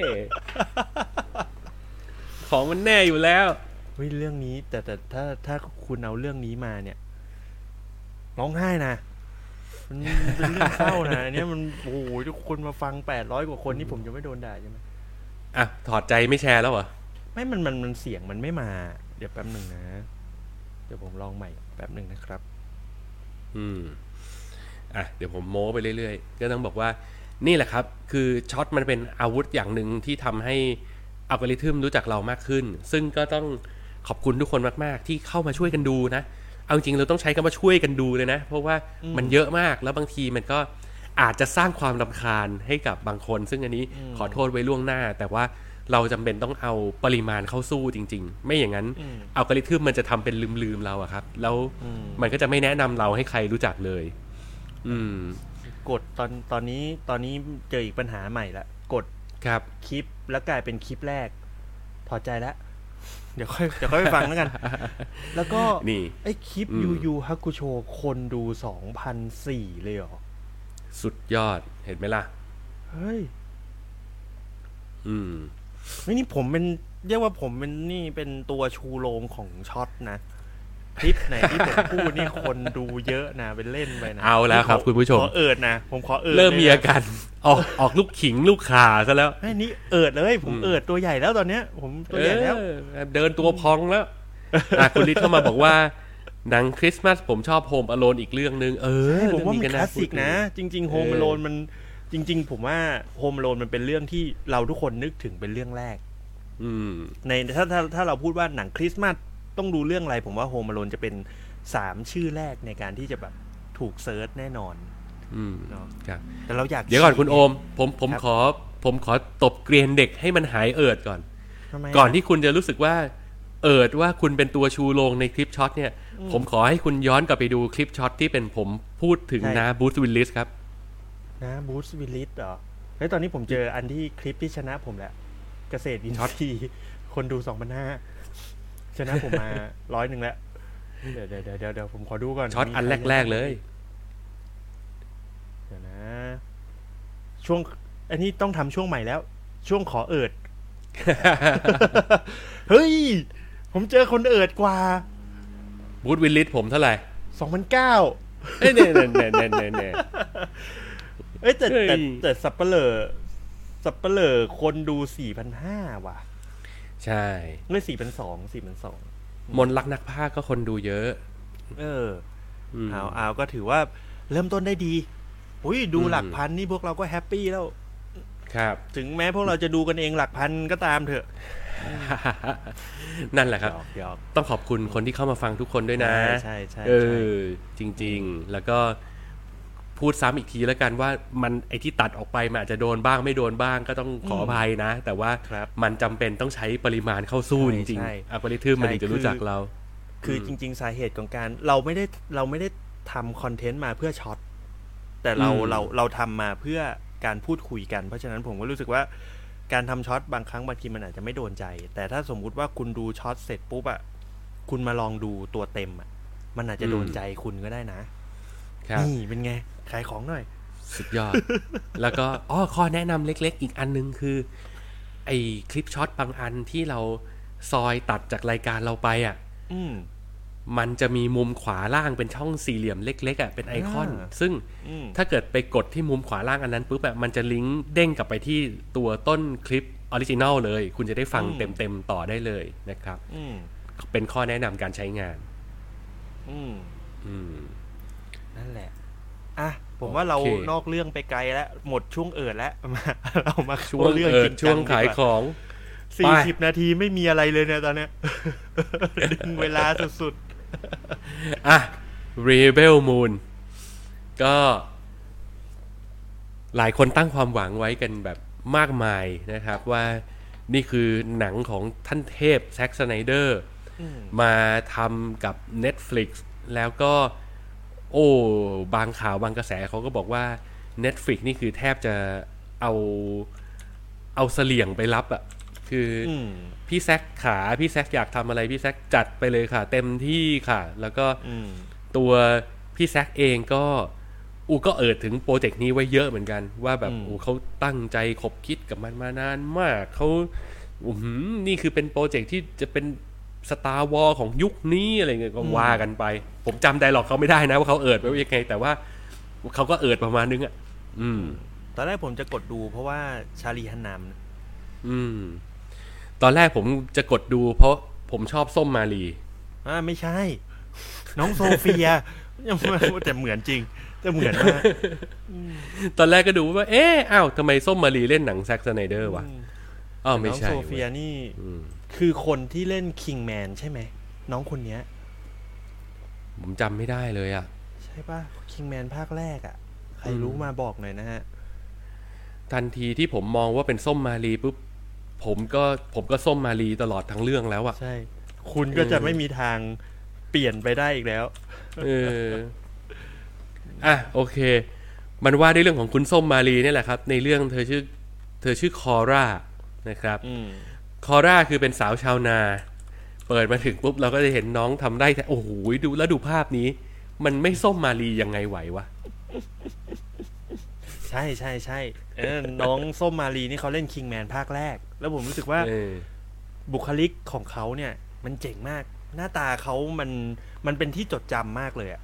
ของมันแน่อยู่แล้วเรื่องนี้แต่ถ้าคุณเอาเรื่องนี้มาเนี่ยร้องไห้นะมันเป็นเรื่องเศร้านะอันนี้มันโอ้โหทุกคนมาฟัง800กว่าคนนี่ผมจะไม่โดนด่าใช่ไหมอ่ะถอดใจไม่แชร์แล้วเหรอไม่มันเสียงมันไม่มาเดี๋ยวแป๊บนึงนะเดี๋ยวผมลองใหม่แป๊บนึงนะครับเดี๋ยวผมโม้ไปเรื่อยๆก็ต้องบอกว่านี่แหละครับคือช็อตมันเป็นอาวุธอย่างหนึ่งที่ทำให้อัลกอริทึมรู้จักเรามากขึ้นซึ่งก็ต้องขอบคุณทุกคนมากๆที่เข้ามาช่วยกันดูนะเอาจริงเราต้องใช้คำว่าช่วยกันดูเลยนะเพราะว่ามันเยอะมากแล้วบางทีมันก็อาจจะสร้างความรำคาญให้กับบางคนซึ่งอันนี้ขอโทษไว้ล่วงหน้าแต่ว่าเราจำเป็นต้องเอาปริมาณเข้าสู้จริงๆไม่อย่างนั้นอัลกอริทึมมันจะทำเป็นลืมๆเราอะครับแล้วมันก็จะไม่แนะนำเราให้ใครรู้จักเลยกดตอนนี้เจออีกปัญหาใหม่ละกดครับคลิปแล้วกลายเป็นคลิปแรกถอดใจแล้วเดี๋ยวค่อยไปฟังแล้วกันแล้วก็นี่ไอ้คลิปยูฮักกุโชคนดู 2,400 เลยเหรอสุดยอดเห็นไหมล่ะเฮ้ยนี่ผมเป็นเรียกว่าผมเป็นนี่เป็นตัวชูโรงของช็อตนะคลิปไหนที่ผมพูดนี่คนดูเยอะนะเป็นเล่นไปนะเอาแล้วครับคุณผู้ชมขอเอิดนะผมขอเอิดเริ่มมีอาการออกลูกขิงลูกข่าซะแล้วนี่เอิดเลยผมเอิดตัวใหญ่แล้วตอนเนี้ยผมตัวใหญ่แล้วเดินตัวพองแล้วคุณฤทธิ์เข้ามาบอกว่าหนังคริสต์มาสผมชอบโฮมอโลนอีกเรื่องนึงผมว่ามันคลาสสิกนะจริงๆโฮมอโลนมันจริงๆผมว่าโฮมอโลนมันเป็นเรื่องที่เราทุกคนนึกถึงเป็นเรื่องแรกในถ้าเราพูดว่าหนังคริสต์มาสต้องดูเรื่องอะไรผมว่าโฮมอโลนจะเป็น3ชื่อแรกในการที่จะแบบถูกเซิร์ชแน่นอนเนาะแต่เราอยากเดี๋ยวก่อนคุณโอมผมขอตบเกรียนเด็กให้มันหายเอิดก่อนก่อนที่คุณจะรู้สึกว่าเอิดว่าคุณเป็นตัวชูโรงในคลิปช็อตเนี่ยผมขอให้คุณย้อนกลับไปดูคลิปช็อตที่เป็นผมพูดถึงนะบูธวิลลิสครับนะบูธวิลลิสเหรอแล้วตอนนี้ผมเจออันที่คลิปที่ชนะผมแล้วเกษตรอินทรีย์คนดู 2,500 ชนะผมมา100แล้วเดี๋ยวผมขอดูก่อนช็อตอันแรกๆเลยเดี๋ยวนะช่วงอันนี้ต้องทำช่วงใหม่แล้วช่วงขอเอิด เฮ้ยผมเจอคนเอิดกว่าบูธวิลลิสผมเท่าไหร่ 2,900 เนี่ยแต่สับเปลือคนดู 4,500 ว่ะใช่เลย 4,200 มนต์รักนักพากย์ก็คนดูเยอะเอาก็ถือว่าเริ่มต้นได้ดีอุ้ยดูหลักพันนี่พวกเราก็แฮปปี้แล้วครับถึงแม้พวกเราจะดูกันเองหลักพันก็ตามเถอะนั่นแหละครับต้องขอบคุณคนที่เข้ามาฟังทุกคนด้วยนะใช่จริงๆแล้วก็พูดซ้ำอีกทีแล้วกันว่ามันไอ้ที่ตัดออกไปมันอาจจะโดนบ้างไม่โดนบ้างก็ต้องขออภัยนะแต่ว่ามันจำเป็นต้องใช้ปริมาณเข้าสู้จริงๆอัลกอริทึมมันถึงจะรู้จักเราคือจริงๆสาเหตุของการเราไม่ได้ทำคอนเทนต์มาเพื่อช็อตแต่เราทำมาเพื่อการพูดคุยกันเพราะฉะนั้นผมก็รู้สึกว่าการทำช็อตบางครั้งบางทีมันอาจจะไม่โดนใจแต่ถ้าสมมุติว่าคุณดูช็อตเสร็จปุ๊บอ่ะคุณมาลองดูตัวเต็มอ่ะมันอาจจะโดนใจคุณก็ได้นะนี่เป็นไงขายของหน่อยสุดยอด แล้วก็ข้อแนะนำเล็กๆอีกอันนึงคือไอ้คลิปช็อตบางอันที่เราซอยตัดจากรายการเราไปอ่ะมันจะมีมุมขวาล่างเป็นช่องสี่เหลี่ยมเล็กๆอ่ะเป็นไอคอนซึ่งถ้าเกิดไปกดที่มุมขวาล่างอันนั้นปุ๊บอ่ะมันจะลิงก์เด้งกลับไปที่ตัวต้นคลิปออริจินัลเลยคุณจะได้ฟังเต็มๆต่อได้เลยนะครับเป็นข้อแนะนำการใช้งานนั่นแหละอ่ะผมว่าเรานอกเรื่องไปไกลแล้วหมดช่วงเอิดแล้วเรามาช่วงเรื่องจริงช่วงขายของ 40 นาทีไม่มีอะไรเลยเนี่ยตอนเนี้ยดึงเวลาสุดๆอ่ะ Rebel Moon ก็หลายคนตั้งความหวังไว้กันแบบมากมายนะครับว่านี่คือหนังของท่านเทพแซ็กสไนเดอร์มาทำกับ Netflix แล้วก็บางข่าวบางกระแสเขาก็บอกว่า Netflix นี่คือแทบจะเอาเสลี่ยงไปรับอ่ะคือพี่แซคอยากทำอะไรพี่แซคจัดไปเลยค่ะเต็มที่ค่ะแล้วก็ตัวพี่แซคเองก็เอิดถึงโปรเจกต์นี้ไว้เยอะเหมือนกันว่าแบบเขาตั้งใจขบคิดกับมันมานานมากเขานี่คือเป็นโปรเจกต์ที่จะเป็นStar Wars ของยุคนี้อะไรเงี้ยก็ว่ากันไปผมจำไดร็อกเขาไม่ได้นะว่าเขาเอิดไว้ยังไงแต่ว่าเขาก็เอิดประมาณนึงอ่ะตอนแรกผมจะกดดูเพราะว่าชาลีฮันนามตอนแรกผมจะกดดูเพราะผมชอบส้มมาลีไม่ใช่น้องโซเฟียยังแต่เหมือนจริงแต่เหมือนมากตอนแรกก็ดูว่าอ้าวทำไมส้มมาลีเล่นหนังแซ็กสไนเดอร์วะไม่ใช่น้องโซเฟียนี่คือคนที่เล่นคิงแมนใช่ไหมน้องคนเนี้ยผมจำไม่ได้เลยอ่ะใช่ป่ะคิงแมนภาคแรกอ่ะใครรู้มาบอกหน่อยนะฮะทันทีที่ผมมองว่าเป็นส้มมาลีปุ๊บผมก็ส้มมาลีตลอดทั้งเรื่องแล้วอ่ะใช่คุณก็จะไม่มีทางเปลี่ยนไปได้อีกแล้วโอเคมันว่าด้วยเรื่องของคุณส้มมาลีนี่แหละครับในเรื่องเธอชื่อคอร่านะครับคอร่าคือเป็นสาวชาวนาเปิดมาถึงปุ๊บเราก็จะเห็นน้องทำได้แต่โอ้โหดูภาพนี้มันไม่ส้มมาลียังไงไหววะใช่ใช่ใช่น้องส้มมาลีนี่เขาเล่นคิงแมนภาคแรกแล้วผมรู้สึกว่าบุคลิกของเขาเนี่ยมันเจ๋งมากหน้าตาเขามันเป็นที่จดจำมากเลยอ่ะ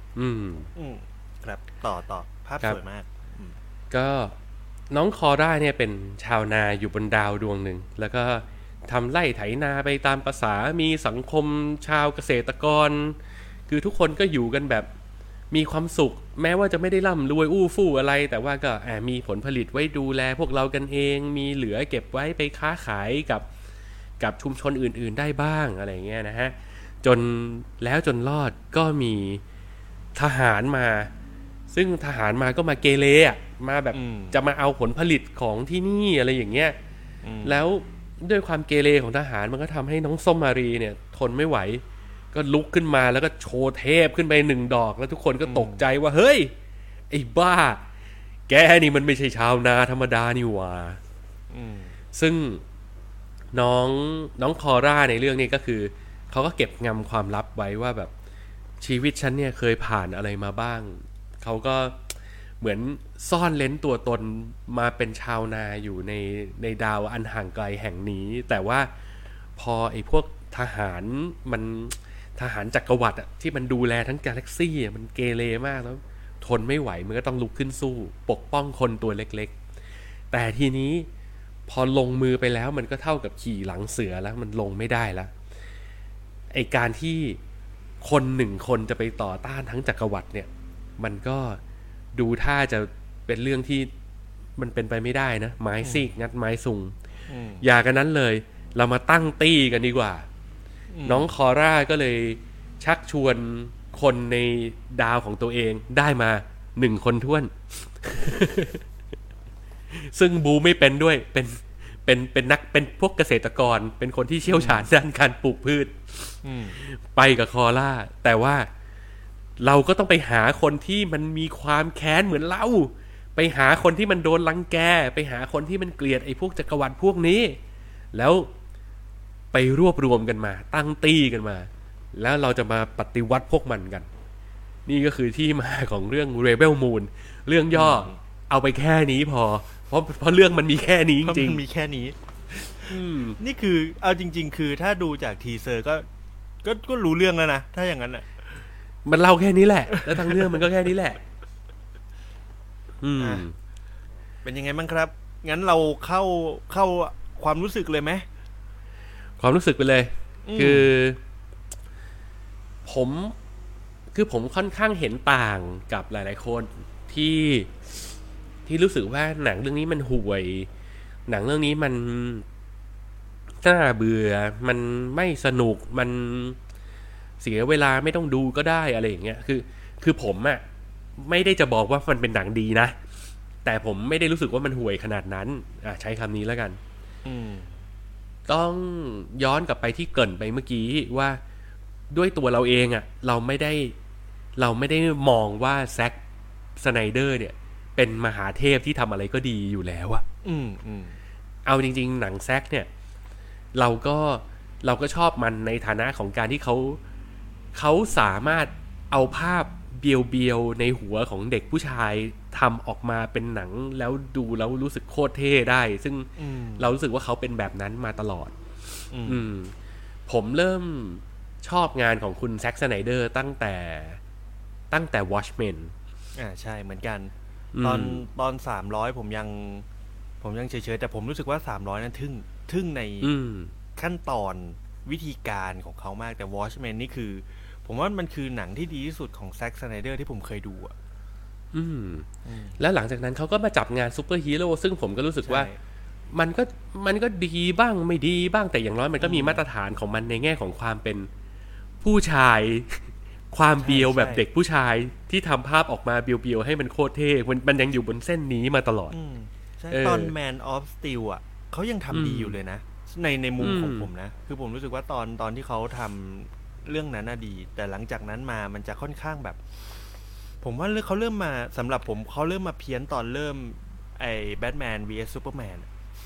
ครับต่อภาพสวยมากก็น้องคอร่าเนี่ยเป็นชาวนาอยู่บนดาวดวงหนึ่งแล้วก็ทำไร่ไถนาไปตามภาษามีสังคมชาวเกษตรกรคือทุกคนก็อยู่กันแบบมีความสุขแม้ว่าจะไม่ได้ร่ำรวยอู้ฟู่อะไรแต่ว่าก็มีผลผลิตไว้ดูแลพวกเรากันเองมีเหลือเก็บไว้ไปค้าขายกับชุมชนอื่นๆได้บ้างอะไรเงี้ยนะฮะจนรอดก็มีทหารมาซึ่งทหารมาก็มาเกเรมาแบบจะมาเอาผลผลิตของที่นี่อะไรอย่างเงี้ยแล้วด้วยความเกเรของทหารมันก็ทำให้น้องส้มมารีเนี่ยทนไม่ไหวก็ลุกขึ้นมาแล้วก็โชว์เทพขึ้นไป1 ดอกแล้วทุกคนก็ตกใจว่าเฮ้ยไอ้บ้าแกนี่มันไม่ใช่ชาวนาธรรมดานี่หว่าซึ่งน้องคอร่าในเรื่องนี้ก็คือเขาก็เก็บงำความลับไว้ว่าแบบชีวิตฉันเนี่ยเคยผ่านอะไรมาบ้างเขาก็เหมือนซ่อนเล้นตัวตนมาเป็นชาวนาอยู่ในดาวอันห่างไกลแห่งนี้แต่ว่าพอไอ้พวกทหารจักรวรรดิที่มันดูแลทั้งกาแล็กซี่มันเกเรมากแล้วทนไม่ไหวมันก็ต้องลุกขึ้นสู้ปกป้องคนตัวเล็กๆแต่ทีนี้พอลงมือไปแล้วมันก็เท่ากับขี่หลังเสือแล้วมันลงไม่ได้แล้วไอ้การที่คน1 คนจะไปต่อต้านทั้งจักรวรรดิเนี่ยมันก็ดูท่าจะเป็นเรื่องที่มันเป็นไปไม่ได้นะไม้ซีกงัดไม้ซุงอย่ากันนั้นเลยเรามาตั้งตี้กันดีกว่าน้องคอร่าก็เลยชักชวนคนในดาวของตัวเองได้มา1 คนท้วน ซึ่งบูไม่เป็นด้วยเป็นนักเป็นพวกเกษตรกรเป็นคนที่เชี่ยวชาญด้านการปลูกพืชไปกับคอร่าแต่ว่าเราก็ต้องไปหาคนที่มันมีความแค้นเหมือนเราไปหาคนที่มันโดนรังแกไปหาคนที่มันเกลียดไอ้พวกจักรวรรดิพวกนี้แล้วไปรวบรวมกันมาตั้งตี้กันมาแล้วเราจะมาปฏิวัติพวกมันกันนี่ก็คือที่มาของเรื่อง Rebel Moon เรื่องย่อเอาไปแค่นี้พอเพราะเรื่องมันมีแค่นี้จริงๆมีแค่นี้นี่คือเอาจริงๆคือถ้าดูจากทีเซอร์ก็รู้เรื่องแล้วนะถ้าอย่างนั้นอ่ะมันเล่าแค่นี้แหละแล้วทั้งเรื่องมันก็แค่นี้แหละเป็นยังไงบ้างครับงั้นเราเข้าความรู้สึกเลยไหมความรู้สึกไปเลยคือผมค่อนข้างเห็นต่างกับหลายๆคนที่รู้สึกว่าหนังเรื่องนี้มันห่วยหนังเรื่องนี้มันน่าเบื่อมันไม่สนุกมันเสียเวลาไม่ต้องดูก็ได้อะไรอย่างเงี้ยคือผมอะไม่ได้จะบอกว่ามันเป็นหนังดีนะแต่ผมไม่ได้รู้สึกว่ามันห่วยขนาดนั้นใช้คำนี้แล้วกันต้องย้อนกลับไปที่เกริ่นไปเมื่อกี้ว่าด้วยตัวเราเองอะเราไม่ได้มองว่าแซ็กสไนเดอร์เนี่ยเป็นมหาเทพที่ทำอะไรก็ดีอยู่แล้วอะเอาจริงๆหนังแซ็กเนี่ยเราก็ชอบมันในฐานะของการที่เขาสามารถเอาภาพเบียวๆในหัวของเด็กผู้ชายทำออกมาเป็นหนังแล้วดูแล้วรู้สึกโคตรเท่ได้ซึ่งเรารู้สึกว่าเขาเป็นแบบนั้นมาตลอดผมเริ่มชอบงานของคุณแซ็กสไนเดอร์ตั้งแต่ Watchmen ใช่เหมือนกันตอน300ผมยังเฉยๆแต่ผมรู้สึกว่า300นั้นทึ่งในขั้นตอนวิธีการของเขามากแต่ Watchmen นี่คือผมว่ามันคือหนังที่ดีที่สุดของแซ็กสไนเดอร์ที่ผมเคยดูอ่ะแล้วหลังจากนั้นเขาก็มาจับงานซูเปอร์ฮีโร่ซึ่งผมก็รู้สึกว่ามันก็ดีบ้างไม่ดีบ้างแต่อย่างน้อยมันก็มีมาตรฐานของมันในแง่ของความเป็นผู้ชายความเบียวแบบเด็กผู้ชายที่ทำภาพออกมาเบียวๆให้มันโคตรเท่มันยังอยู่บนเส้นนี้มาตลอดใช่ตอน Man of Steel อ่ะเขายังทำดีอยู่เลยนะในมุมของผมนะคือผมรู้สึกว่าตอนที่เขาทำเรื่องนั้นน่ะดีแต่หลังจากนั้นมามันจะค่อนข้างแบบผมว่าเขาเริ่มมาสำหรับผมเขาเริ่มมาเพี้ยนตอนเริ่มไอ้ Batman vs Superman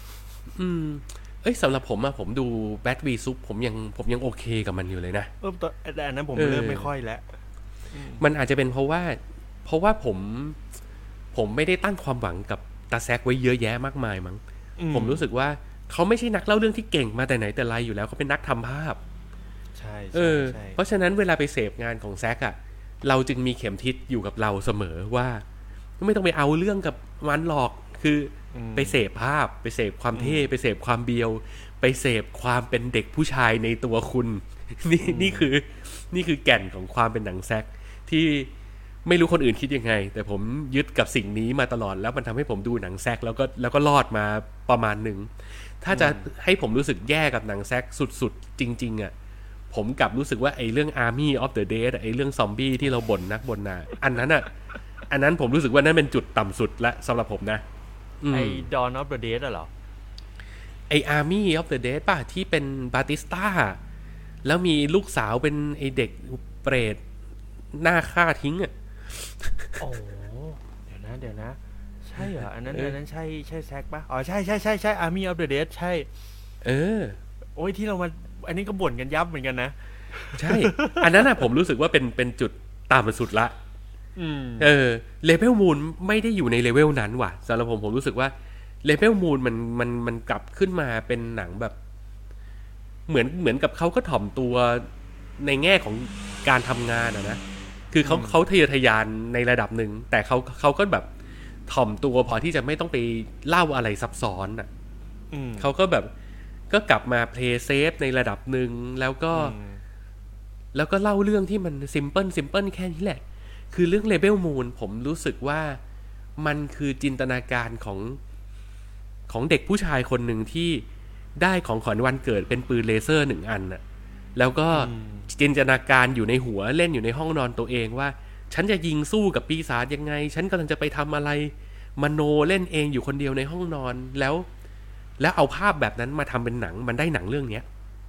สำหรับผมอะผมดูแบทวีซุปผมยังโอเคกับมันอยู่เลยนะแต่อันนั้นผมเริ่มไม่ค่อยแล้วมันอาจจะเป็นเพราะว่าผมไม่ได้ตั้งความหวังกับตาแซกไว้เยอะแยะมากมายมั้งผมรู้สึกว่าเขาไม่ใช่นักเล่าเรื่องที่เก่งมาแต่ไหนแต่ไรอยู่แล้วเขาเป็นนักทำภาพใช่เพราะฉะนั้นเวลาไปเสพงานของแซกอะเราจึงมีเข็มทิศอยู่กับเราเสมอว่าไม่ต้องไปเอาเรื่องกับมันหรอกคือไปเสพภาพไปเสพความเท่ไปเสพความเบียวไปเสพความเป็นเด็กผู้ชายในตัวคุณนี่คือแก่นของความเป็นหนังแซกที่ไม่รู้คนอื่นคิดยังไงแต่ผมยึดกับสิ่งนี้มาตลอดแล้วมันทำให้ผมดูหนังแซกแล้วก็รอดมาประมาณนึงถ้าจะให้ผมรู้สึกแย่กับหนังแซกสุดๆจริงๆอ่ะผมกลับรู้สึกว่าไอ้เรื่อง Army of the Dead ไอ้เรื่องซอมบี้ที่เราบ่นนักบ่นหนาอันนั้นผมรู้สึกว่านั่นเป็นจุดต่ำสุดละสำหรับผมนะไอ้ Dawn of the Dead เหรอไอ้ Army of the Dead ป่ะที่เป็นบาติสตาแล้วมีลูกสาวเป็นไอ้เด็กเปรตหน้าฆ่าทิ้งอ่ะโอ้เดี๋ยวนะใช่เหรออันนั้นใช่แซกป่ะอ๋อใช่ Army of the Dead ใช่โอ้ยที่เรามาอันนี้ก็บ่นกันยับเหมือนกันนะใช่อันนั้นน่ะผมรู้สึกว่าเป็นจุดต่ำสุดละเลเวลมูนไม่ได้อยู่ในเลเวลนั้นว่ะสำหรับผมรู้สึกว่าเลเวลมูนมันกลับขึ้นมาเป็นหนังแบบเหมือนกับเขาก็ถ่อมตัวในแง่ของการทำงานนะคือเขาทะเยอทะยานในระดับหนึ่งแต่เขาก็แบบถ่อมตัวพอที่จะไม่ต้องไปเล่าอะไรซับซ้อนอ่ะเขาก็แบบก็กลับมาเพลย์เซฟในระดับหนึ่งแล้วก็เล่าเรื่องที่มันซิมเปิลแค่นี้แหละคือเรื่องเลเวลมูนผมรู้สึกว่ามันคือจินตนาการของเด็กผู้ชายคนหนึ่งที่ได้ของขวัญวันเกิดเป็นปืนเลเซอร์1 อันน่ะแล้วก็จินตนาการอยู่ในหัวเล่นอยู่ในห้องนอนตัวเองว่าฉันจะยิงสู้กับปีศาจยังไงฉันกำลังจะไปทำอะไรมโนเล่นเองอยู่คนเดียวในห้องนอนแล้วเอาภาพแบบนั้นมาทำเป็นหนังมันได้หนังเรื่องเนี้ย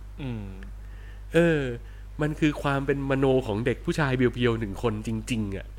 มันคือความเป็นมโนของเด็กผู้ชายเบียวๆ1 คนจริงๆอ่ะ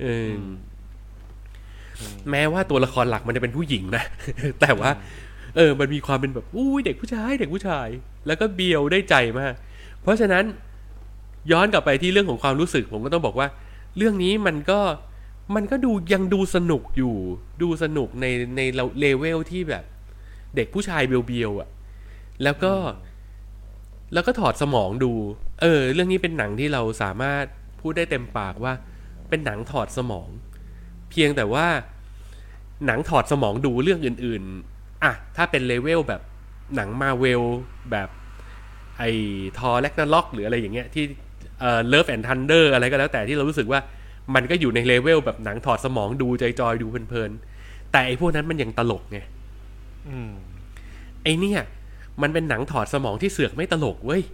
แม้ว่าตัวละครหลักมันจะเป็นผู้หญิงนะแต่ว่ามันมีความเป็นแบบอุ้ยเด็กผู้ชายแล้วก็เบียวได้ใจมากเพราะฉะนั้นย้อนกลับไปที่เรื่องของความรู้สึกผมก็ต้องบอกว่าเรื่องนี้มันก็ยังดูสนุกอยู่ดูสนุกในเลเวลที่แบบเด็กผู้ชายเบียวๆอ่ะแล้วก็ถอดสมองดูเรื่องนี้เป็นหนังที่เราสามารถพูดได้เต็มปากว่าเป็นหนังถอดสมองเพียงแต่ว่าหนังถอดสมองดูเรื่องอื่นๆอ่ะถ้าเป็นเลเวลแบบหนังมาเวลแบบไอ้ทอร์แร็กนาร็อกหรืออะไรอย่างเงี้ยที่เลิฟแอนด์ทันเดอร์อะไรก็แล้วแต่ที่เรารู้สึกว่ามันก็อยู่ในเลเวลแบบหนังถอดสมองดูใจจอยดูเพลินๆแต่ไอ้พวกนั้นมันยังตลกไงไอ้เนี่ยมันเป็นหนังถอดสมองที่เสือกไม่ตลกเว้ย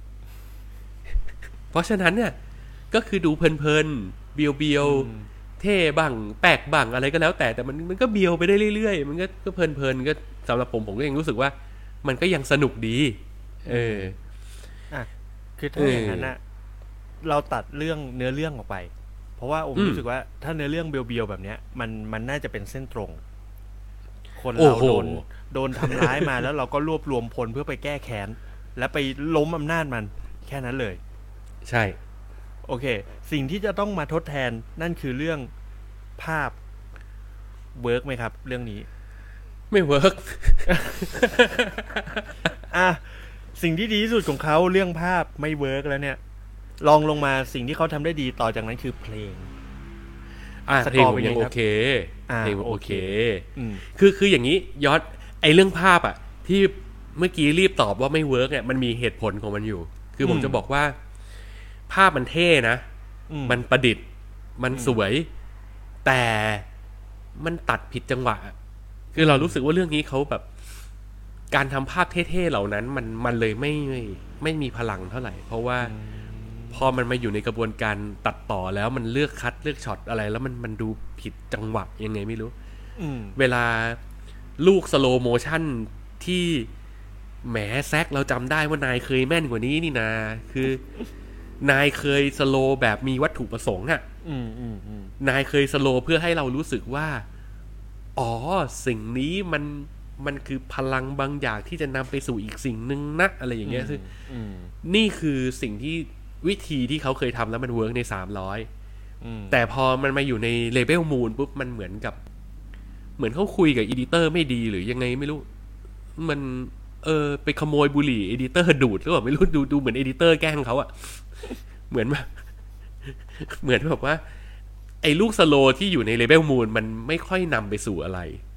เพราะฉะนั้นเนี่ยก็คือดูเพลินๆเบียวๆเท่บ้างแปลกบ้างอะไรก็แล้วแต่มันก็เบียวไปได้เรื่อยๆมันก็เพลินๆก็สำหรับผมก็ยังรู้สึกว่ามันก็ยังสนุกดีคือถ้าอย่างนั้นนะเราตัดเรื่องเนื้อเรื่องออกไปเพราะว่าผมรู้สึกว่าถ้าเนื้อเรื่องเบียวๆแบบเนี้ยมันน่าจะเป็นเส้นตรงคนเราโดนทำร้ายมาแล้วเราก็รวบรวมพลเพื่อไปแก้แค้นและไปล้มอำนาจมันแค่นั้นเลยใช่โอเคสิ่งที่จะต้องมาทดแทนนั่นคือเรื่องภาพเวิร์กไหมครับเรื่องนี้ไม่เวิร์กสิ่งที่ดีที่สุดของเขาเรื่องภาพไม่เวิร์กแล้วเนี่ยลองลงมาสิ่งที่เขาทำได้ดีต่อจากนั้นคือเพลงเพลงผมยังโอเคเพลงโอเคคืออย่างนี้ยอดไอเรื่องภาพอ่ะที่เมื่อกี้รีบตอบว่าไม่เวิร์กเนี่ยมันมีเหตุผลของมันอยู่คือผมจะบอกว่าภาพมันเท่นะมันประดิษฐ์มันสวยแต่มันตัดผิดจังหวะคือเรารู้สึกว่าเรื่องนี้เขาแบบการทำภาพเท่ๆเหล่านั้นมันเลยไม่มีพลังเท่าไหร่เพราะว่าพอมันมาอยู่ในกระบวนการตัดต่อแล้วมันเลือกคัดเลือกช็อตอะไรแล้วมันดูผิดจังหวะยังไงไม่รู้เวลาลูกสโลโมชั่นที่แหมแซกเราจำได้ว่านายเคยแม่นกว่านี้นี่นาคือนายเคยสโลแบบมีวัตถุประสงค์อ่ะนายเคยสโลเพื่อให้เรารู้สึกว่าอ๋อสิ่งนี้มันคือพลังบางอย่างที่จะนำไปสู่อีกสิ่งนึงนะอะไรอย่างเงี้ยนี่คือสิ่งที่วิธีที่เขาเคยทำแล้วมันเวิร์กใน300แต่พอมันมาอยู่ในเลเวลมูนปุ๊บมันเหมือนเขาคุยกับอีดิเตอร์ไม่ดีหรือยังไงไม่รู้มันไปขโมยบุหรี่อีดิเตอร์ดูดหรือเปล่าไม่รู้ดูเหมือนอีดิเตอร์แกล้งเขาอะเหมือนแบบว่าไอ้ลูกสโลที่อยู่ในเลเวลมูนมันไม่ค่อยนำไปสู่อะไร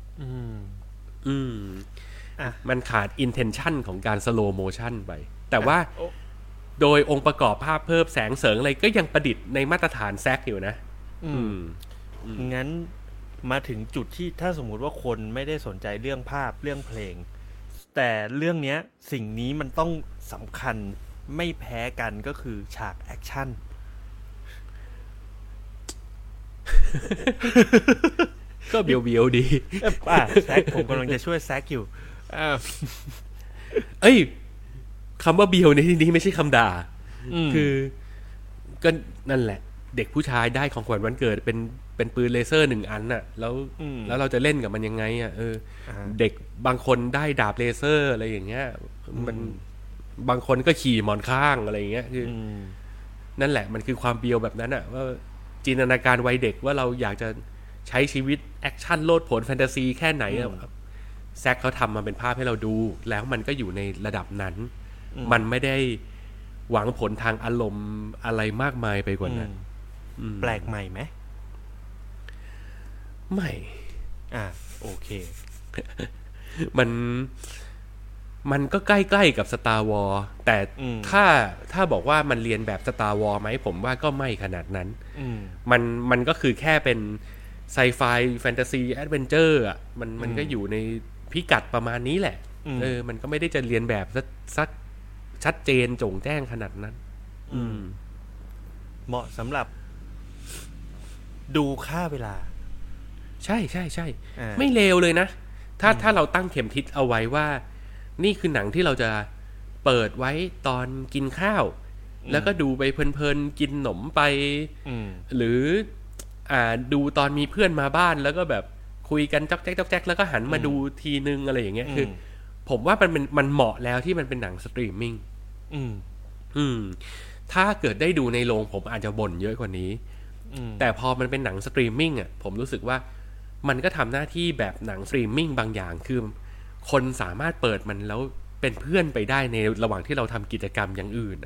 มันขาด intention ของการ slow motion ไปแต่ว่าโดยองค์ประกอบภาพเพิ่มแสงเสริงอะไรก็ยังประดิษฐ์ในมาตรฐานแซกอยู่นะงั้นมาถึงจุดที่ถ้าสมมุติว่าคนไม่ได้สนใจเรื่องภาพเรื่องเพลงแต่เรื่องนี้สิ่งนี้มันต้องสำคัญไม่แพ้กันก็คือฉากแอคชั่นก็เบียวๆดีแซกผมกำลังจะช่วยแซกอยู่คำว่าเบียวในที่นี้ไม่ใช่คำด่าคือก็นั่นแหละเด็กผู้ชายได้ของขวัญวันเกิดเป็นปืนเลเซอร์1อันน่ะแล้วเราจะเล่นกับมันยังไงอ่ะเด็กบางคนได้ดาบเลเซอร์อะไรอย่างเงี้ยมันบางคนก็ขี่หมอนข้างอะไรอย่างเงี้ยคือนั่นแหละมันคือความเบียวแบบนั้นอ่ะว่าจินตนาการวัยเด็กว่าเราอยากจะใช้ชีวิตแอคชั่นโลดโผนแฟนตาซีแค่ไหนแซกเขาทำมาเป็นภาพให้เราดูแล้วมันก็อยู่ในระดับนั้นมันไม่ได้หวังผลทางอารมณ์อะไรมากมายไปกว่านั้นแปลกใหม่ไหมไม่โอเคมันก็ใกล้ๆกับ Star Wars แต่ถ้าบอกว่ามันเรียนแบบ Star Wars ไหมผมว่าก็ไม่ขนาดนั้นมันก็คือแค่เป็นไซไฟแฟนตาซีแอดเวนเจอร์อ่ะมันก็อยู่ในพิกัดประมาณนี้แหละมันก็ไม่ได้จะเรียนแบบสักชัดเจนโจ่งแจ้งขนาดนั้นเหมาะสำหรับดูค่าเวลาใช่ใช่ใช่ไม่เลวเลยนะถ้าเราตั้งเข็มทิศเอาไว้ว่านี่คือหนังที่เราจะเปิดไว้ตอนกินข้าวแล้วก็ดูไปเพลินๆกินขนมไปหรือดูตอนมีเพื่อนมาบ้านแล้วก็แบบคุยกันจ๊อกแจ๊กจ๊อกแจ๊กแล้วก็หันมาดูทีนึงอะไรอย่างเงี้ยคือผมว่ามันเหมาะแล้วที่มันเป็นหนังสตรีมมิ่งถ้าเกิดได้ดูในโรงผมอาจจะบ่นเยอะกว่านี้แต่พอมันเป็นหนังสตรีมมิ่งอ่ะผมรู้สึกว่ามันก็ทำหน้าที่แบบหนังสตรีมมิ่งบางอย่างคือคนสามารถเปิดมันแล้วเป็นเพื่อนไปได้ในระหว่างที่เราทำกิจกรรมอย่างอื่น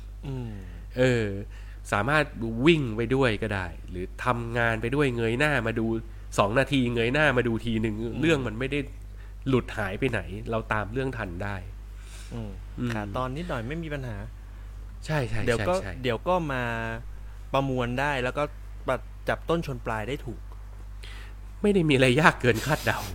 สามารถวิ่งไปด้วยก็ได้หรือทำงานไปด้วยเงยหน้ามาดู2 นาทีเงยหน้ามาดูทีนึงเรื่องมันไม่ได้หลุดหายไปไหนเราตามเรื่องทันได้ขาดตอนนิดหน่อยไม่มีปัญหาใช่ใช่เดี๋ยวก็มาประมวลได้แล้วก็จับต้นชนปลายได้ถูกไม่ได้มีอะไรยากเกินคาดเดา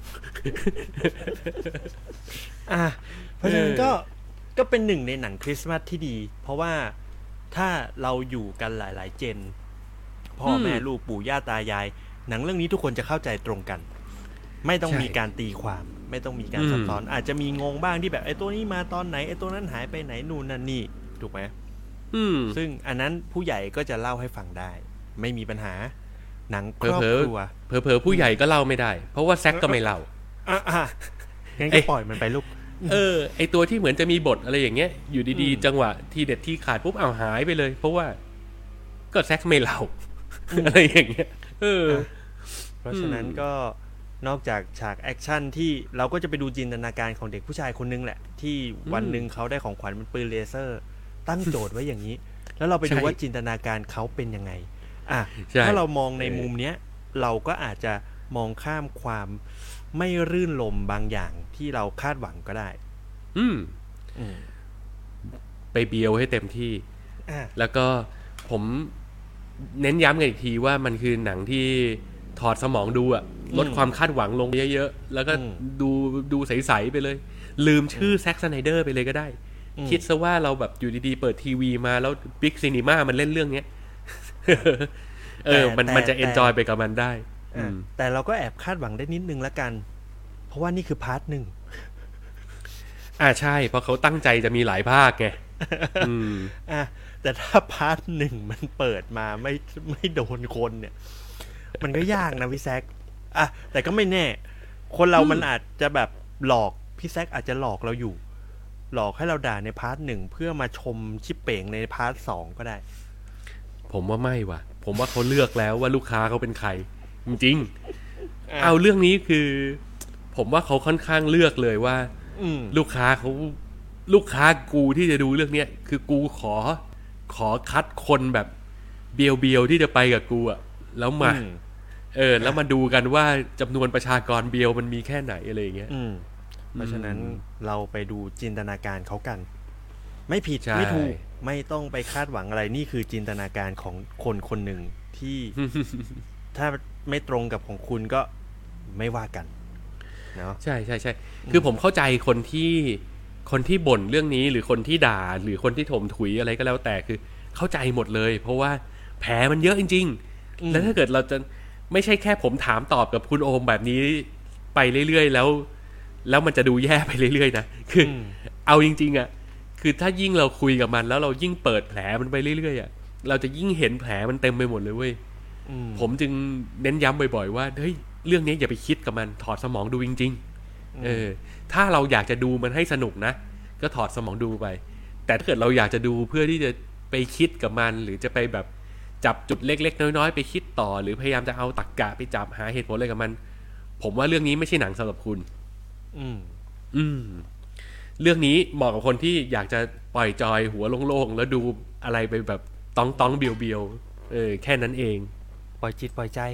เพราะฉะนั้นก็เป็นหนึ่งในหนังคริสต์มาสที่ดีเพราะว่าถ้าเราอยู่กันหลายๆเจนพ่อแม่ลูกปู่ย่าตายายหนังเรื่องนี้ทุกคนจะเข้าใจตรงกันไม่ต้องมีการตีความไม่ต้องมีการซับซ้อนอาจจะมีงงบ้างที่แบบไอ้ตัวนี้มาตอนไหนไอ้ตัวนั้นหายไปไหนนู่นนั่นนี่ถูกไหมซึ่งอันนั้นผู้ใหญ่ก็จะเล่าให้ฟังได้ไม่มีปัญหาหนังครอบครัวเผลอผู้ใหญ่ก็เล่าไม่ได้เพราะว่าแซกก็ไม่เล่างั้นก็ปล่อยมันไปลูกไอตัวที่เหมือนจะมีบทอะไรอย่างเงี้ยอยู่ดีๆจังหวะทีเด็ดที่ขาดปุ๊บเอาหายไปเลยเพราะว่าก็แซกไม่เล่าอะไรอย่างเงี้ยเพราะฉะนั้นก็นอกจากฉากแอคชั่นที่เราก็จะไปดูจินตนาการของเด็กผู้ชายคนนึงแหละที่วันนึงเขาได้ของขวัญเป็นปืนเลเซอร์ตั้งโจทย์ไว้อย่างนี้แล้วเราไปดูว่าจินตนาการเขาเป็นยังไงถ้าเรามองในมุมเนี้ยเราก็อาจจะมองข้ามความไม่รื่นรมบางอย่างที่เราคาดหวังก็ได้ไปเบียวให้เต็มที่แล้วก็ผมเน้นย้ำกันอีกทีว่ามันคือหนังที่ถอดสมองดูอะลดความคาดหวังลงเยอะๆแล้วก็ดูใสๆไปเลยลืมชื่อแซ็กสไนเดอร์ไปเลยก็ได้คิดซะว่าเราแบบอยู่ดีๆเปิดทีวีมาแล้วบิ๊กซีนีมามันเล่นเรื่องเนี้ยมันจะเอนจอยไปกับมันได้แต่เราก็แอบคาดหวังได้นิดนึงละกันเพราะว่านี่คือพาร์ทหนึ่งใช่เพราะเขาตั้งใจจะมีหลายภาคไงแต่ถ้าพาร์ทหนึ่งมันเปิดมาไม่โดนคนเนี่ยมันก็ยากนะพี่แซคแต่ก็ไม่แน่คนเรามันอาจจะแบบหลอกพี่แซคอาจจะหลอกเราอยู่หลอกให้เราด่าในพาร์ทหนึ่งเพื่อมาชมชิปเป่งในพาร์ทสองก็ได้ผมว่าไม่ว่ะผมว่าเขาเลือกแล้วว่าลูกค้าเขาเป็นใครจริงๆเอาเรื่องนี้คือผมว่าเขาค่อนข้างเลือกเลยว่าลูกค้ากูที่จะดูเรื่องเนี้ยคือกูขอคัดคนแบบเบียวที่จะไปกับกูอ่ะแล้วมาแล้วมาดูกันว่าจำนวนประชากรเบียวมันมีแค่ไหนอะไรอย่างเงี้ยเพราะฉะนั้นเราไปดูจินตนาการเขากันไม่ผิดไม่ถูกไม่ต้องไปคาดหวังอะไรนี่คือจินตนาการของคนคนหนึ่งที่ ถ้าไม่ตรงกับของคุณก็ไม่ว่ากันเนาะใช่คือผมเข้าใจคนที่บ่นเรื่องนี้หรือคนที่ด่าหรือคนที่ถมถุยอะไรก็แล้วแต่คือเข้าใจหมดเลยเพราะว่าแผลมันเยอะจริงๆแล้วถ้าเกิดเราจะไม่ใช่แค่ผมถามตอบกับคุณโอมแบบนี้ไปเรื่อยๆแล้วมันจะดูแย่ไปเรื่อยๆนะคือเอาจริงๆอ่ะคือถ้ายิ่งเราคุยกับมันแล้วเรายิ่งเปิดแผลมันไปเรื่อยๆอ่ะเราจะยิ่งเห็นแผลมันเต็มไปหมดเลยเว้ยผมจึงเน้นย้ำบ่อยๆว่าเฮ้ยเรื่องนี้อย่าไปคิดกับมันถอดสมองดูจริงๆถ้าเราอยากจะดูมันให้สนุกนะก็ถอดสมองดูไปแต่ถ้าเกิดเราอยากจะดูเพื่อที่จะไปคิดกับมันหรือจะไปแบบจับจุดเล็กๆน้อยๆไปคิดต่อหรือพยายามจะเอาตรรกะไปจับหาเหตุผลอะไรกับมันผมว่าเรื่องนี้ไม่ใช่หนังสำหรับคุณเรื่องนี้เหมาะกับคนที่อยากจะปล่อยจอยหัวโล่งๆแล้วดูอะไรไปแบบต้องเบียวๆแค่นั้นเองปล่อยจิตปล่อยใจ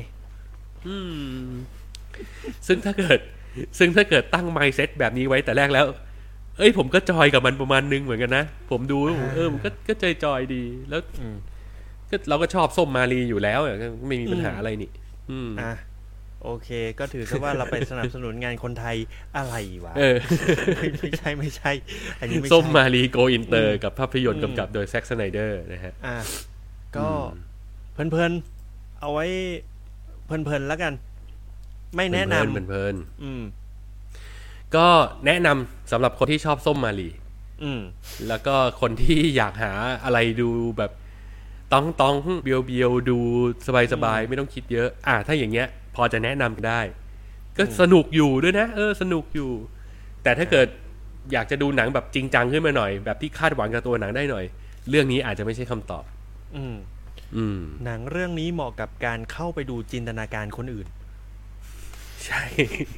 ซึ่งถ้าเกิดตั้ง mindset แบบนี้ไว้แต่แรกแล้วผมก็จอยกับมันประมาณนึงเหมือนกันนะผมดูมันก็จอยดีแล้วก็เราก็ชอบส้มมาลีอยู่แล้วไม่มีปัญหาอะไรนี่โอเคก็ถือซะว่าเราไปสนับสนุนงานคนไทยอะไรวะไม่ใช่อันนี้ไม่ใช่ส้มมาลีโกอินเตอร์กับภาพยนตร์กำกับโดยแซ็กสไนเดอร์นะฮะก็เพลินๆเอาไว้เพลินๆแล้วกันไม่แนะนำเพลินก็แนะนำสำหรับคนที่ชอบส้มมาลีแล้วก็คนที่อยากหาอะไรดูแบบต้องเบียวดูสบายๆไม่ต้องคิดเยอะถ้าอย่างเงี้ยพอจะแนะนำได้ก็สนุกอยู่ด้วยนะสนุกอยู่แต่ถ้าเกิดอยากจะดูหนังแบบจริงจังขึ้นมาหน่อยแบบที่คาดหวังกับตัวหนังได้หน่อยเรื่องนี้อาจจะไม่ใช่คำตอบหนังเรื่องนี้เหมาะกับการเข้าไปดูจินตนาการคนอื่นใช่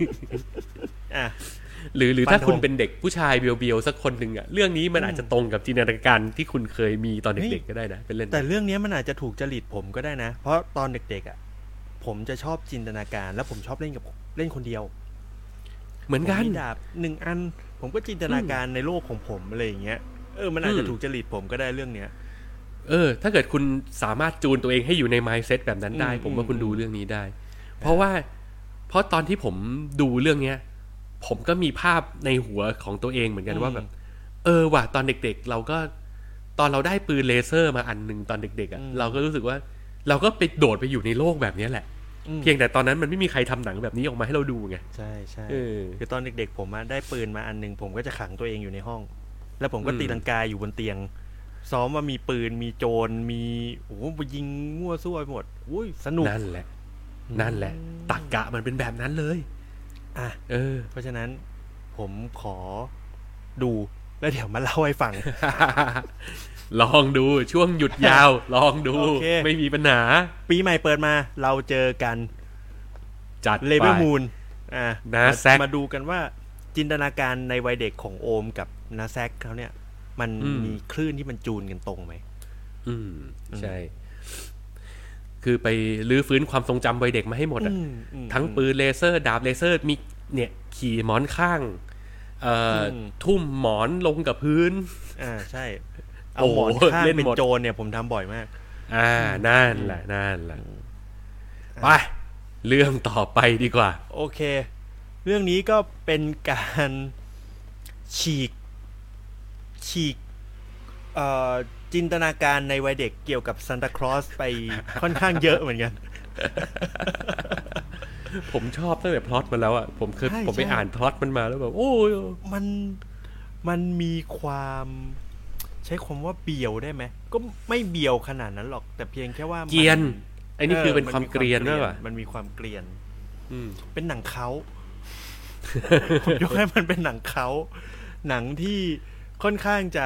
หรือถ้าคุณเป็นเด็กผู้ชายเบียวๆสักคนหนึ่งเรื่องนี้มันอาจจะตรงกับจินตนาการที่คุณเคยมีตอนเด็กๆก็ได้นะเป็นเล่นแต่เรื่องนี้มันอาจจะถูกจริตผมก็ได้นะเพราะตอนเด็กๆผมจะชอบจินตนาการแล้วผมชอบเล่นคนเดียวเหมือนกันมีดาบ1อันผมก็จินตนาการในโลกของผมอะไรอย่างเงี้ยมันอาจจะถูกจริตผมก็ได้เรื่องเนี้ยถ้าเกิดคุณสามารถจูนตัวเองให้อยู่ใน mindset แบบนั้นได้ผมว่าคุณดูเรื่องนี้ได้เพราะตอนที่ผมดูเรื่องเนี้ยผมก็มีภาพในหัวของตัวเองเหมือนกันว่าแบบว่ะตอนเด็กๆเราก็ตอนเราได้ปืนเลเซอร์มาอันนึงตอนเด็กๆเราก็รู้สึกว่าเราก็ไปโดดไปอยู่ในโลกแบบนี้แหละเพียงแต่ตอนนั้นมันไม่มีใครทำหนังแบบนี้ออกมาให้เราดูไงใช่คือตอนเด็กๆผมได้ปืนมาอันนึงผมก็จะขังตัวเองอยู่ในห้องแล้วผมก็ตีลังกาอยู่บนเตียงซ้อมว่ามีปืนมีโจรมีไปยิงมั่วซั่วไปหมดสนุกนั่นแหละตรรกะมันเป็นแบบนั้นเลยเพราะฉะนั้นผมขอดูแล้วเดี๋ยวมาเล่าให้ฟังลองดูช่วงหยุดยาวลองดู ไม่มีปัญหาปีใหม่เปิดมาเราเจอกันจัดเลเวลมูนนะแซกมาดูกันว่าจินตนาการในวัยเด็กของโอมกับนาแซกเขาเนี่ยมันมีคลื่นที่มันจูนกันตรงไหมใช่คือไปลื้อฟื้นความทรงจำวัยเด็กมาให้หมดอ่ะทั้งปืนเลเซอร์ดาบเลเซอร์มีเนี่ยขี่หมอนข้างทุ่มหมอนลงกับพื้นใช่เอาหมอนข้างเป็นโจรเนี่ยผมทำบ่อยมากนั่นแหละไปเรื่องต่อไปดีกว่าโอเคเรื่องนี้ก็เป็นการฉีกจินตนาการในวัยเด็กเกี่ยวกับซานตาคลอสไปค่อนข้างเยอะเหมือนกันผมชอบตั้งแต่พล็อตมาแล้วอ่ะผมไปอ่านพล็อตมันมาแล้วแบบโอ้ยมันมีความใช้คำว่าเบียวได้ไหมก็ไม่เบียวขนาดนั้นหรอกแต่เพียงแค่ว่าเกรียนไอ้นี่คือเป็นความเกรียนด้วยป่ะมันมีความเกรียนเป็นหนังเขายกให้มันเป็นหนังเขาหนังที่ค่อนข้างจะ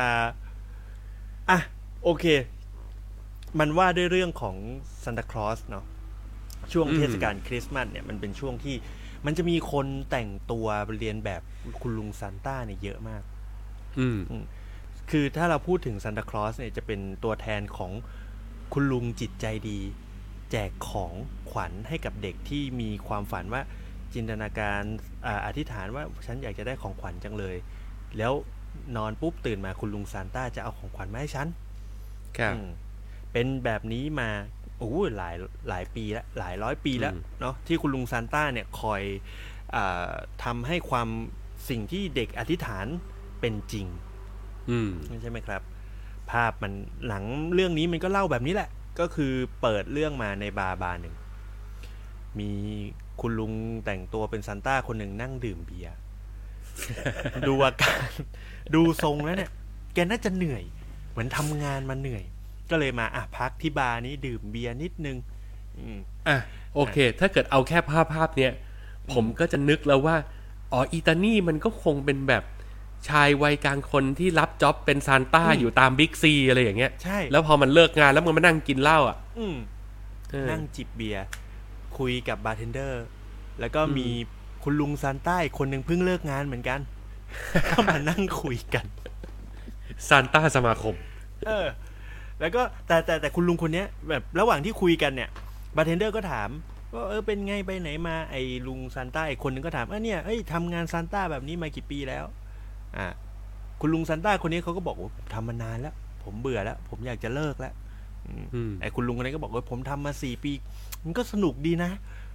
โอเคมันว่าด้วยเรื่องของซานตาคลอสเนาะช่วงเทศกาลคริสต์มาสเนี่ยมันเป็นช่วงที่มันจะมีคนแต่งตัวเรียนแบบคุณลุงซานต้าเนี่ยเยอะมากคือถ้าเราพูดถึงซานตาคลอสเนี่ยจะเป็นตัวแทนของคุณลุงจิตใจดีแจกของขวัญให้กับเด็กที่มีความฝันว่าจินตนาการอธิษฐานว่าฉันอยากจะได้ของขวัญจังเลยแล้วนอนปุ๊บตื่นมาคุณลุงซานต้าจะเอาของขวัญมาให้ฉันเป็นแบบนี้มาหลายปีแล้วหลายร้อยปีแล้วเนาะที่คุณลุงซานต้าเนี่ยคอยทำให้ความสิ่งที่เด็กอธิษฐานเป็นจริงใช่ไหมครับภาพมันหนังเรื่องนี้มันก็เล่าแบบนี้แหละก็คือเปิดเรื่องมาในบาร์หนึ่งมีคุณลุงแต่งตัวเป็นซานต้าคนหนึ่งนั่งดื่มเบียร์ ดูอาการดูทรงแล้วเนี่ยแกน่าจะเหนื่อยเหมือนทำงานมาเหนื่อยก็เลยมาพักที่บาร์นี้ดื่มเบียร์นิดนึงโอเคถ้าเกิดเอาแค่ภาพเนี้ยผมก็จะนึกแล้วว่าอีตานี่มันก็คงเป็นแบบชายวัยกลางคนที่รับจ็อบเป็นซานต้าอยู่ตามบิ๊กซีอะไรอย่างเงี้ยใช่แล้วพอมันเลิกงานแล้วมันมานั่งกินเหล้านั่งจิบเบียร์คุยกับบาร์เทนเดอร์แล้วก็มีคุณลุงซานต้าคนหนึ่งเพิ่งเลิกงานเหมือนกันก็มานั่งคุยกันซานต้าสมาคมแล้วก็แต่คุณลุงคนนี้แบบระหว่างที่คุยกันเนี่ยบาร์เทนเดอร์ก็ถามว่าเป็นไงไปไหนมาไอ้ลุงซานต้าอีกคนนึงก็ถามเนี่ยทำงานซานต้าแบบนี้มากี่ปีแล้วคุณลุงซานต้าคนนี้เขาก็บอกว่าทำมานานแล้วผมเบื่อแล้วผมอยากจะเลิกแล้วไอ้คุณลุงคนนี้ก็บอกว่าผมทำมา4 ปีมันก็สนุกดีนะ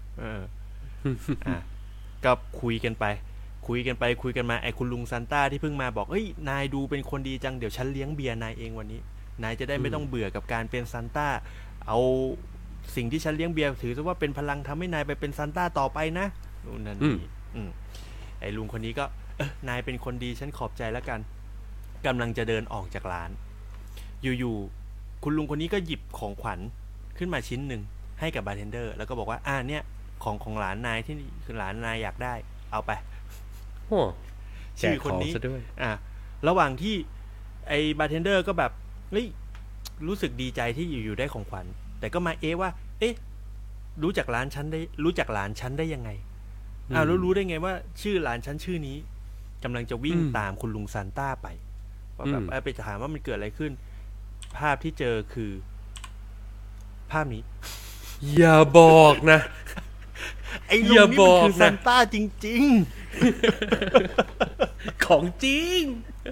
ก็คุยกันไปคุยกันมาไอ้คุณลุงซานต้าที่เพิ่งมาบอกนายดูเป็นคนดีจังเดี๋ยวฉันเลี้ยงเบียร์นายเองวันนี้นายจะได้ไม่ต้องเบื่อกับการเป็นซานต้าเอาสิ่งที่ฉันเลี้ยงเบียร์ถือซะว่าเป็นพลังทำให้นายไปเป็นซานต้าต่อไปนะนู่นนั่นนี่ไอ้ลุงคนนี้ก็นายเป็นคนดีฉันขอบใจแล้วกันกำลังจะเดินออกจากร้านอยู่ๆคุณลุงคนนี้ก็หยิบของขวัญขึ้นมาชิ้นหนึ่งให้กับบาร์เทนเดอร์แล้วก็บอกว่าเนี่ยของหลานนายที่คือหลานนายอยากได้เอาไปชื่อคนนี้ระหว่างที่ไอ้บาร์เทนเดอร์ก็แบบรู้สึกดีใจที่อยู่ได้ของขวัญแต่ก็มาว่ารู้จักหลานฉันได้ยังไงแล้วรู้ได้ไงว่าชื่อหลานฉันชื่อนี้กำลังจะวิ่งตามคุณลุงซานต้าไปว่าแบบไปถามว่ามันเกิดอะไรขึ้นภาพที่เจอคือภาพนี้อย่าบอกนะไอ้ลุงนี่มันคือซานต้าจริงๆของจริง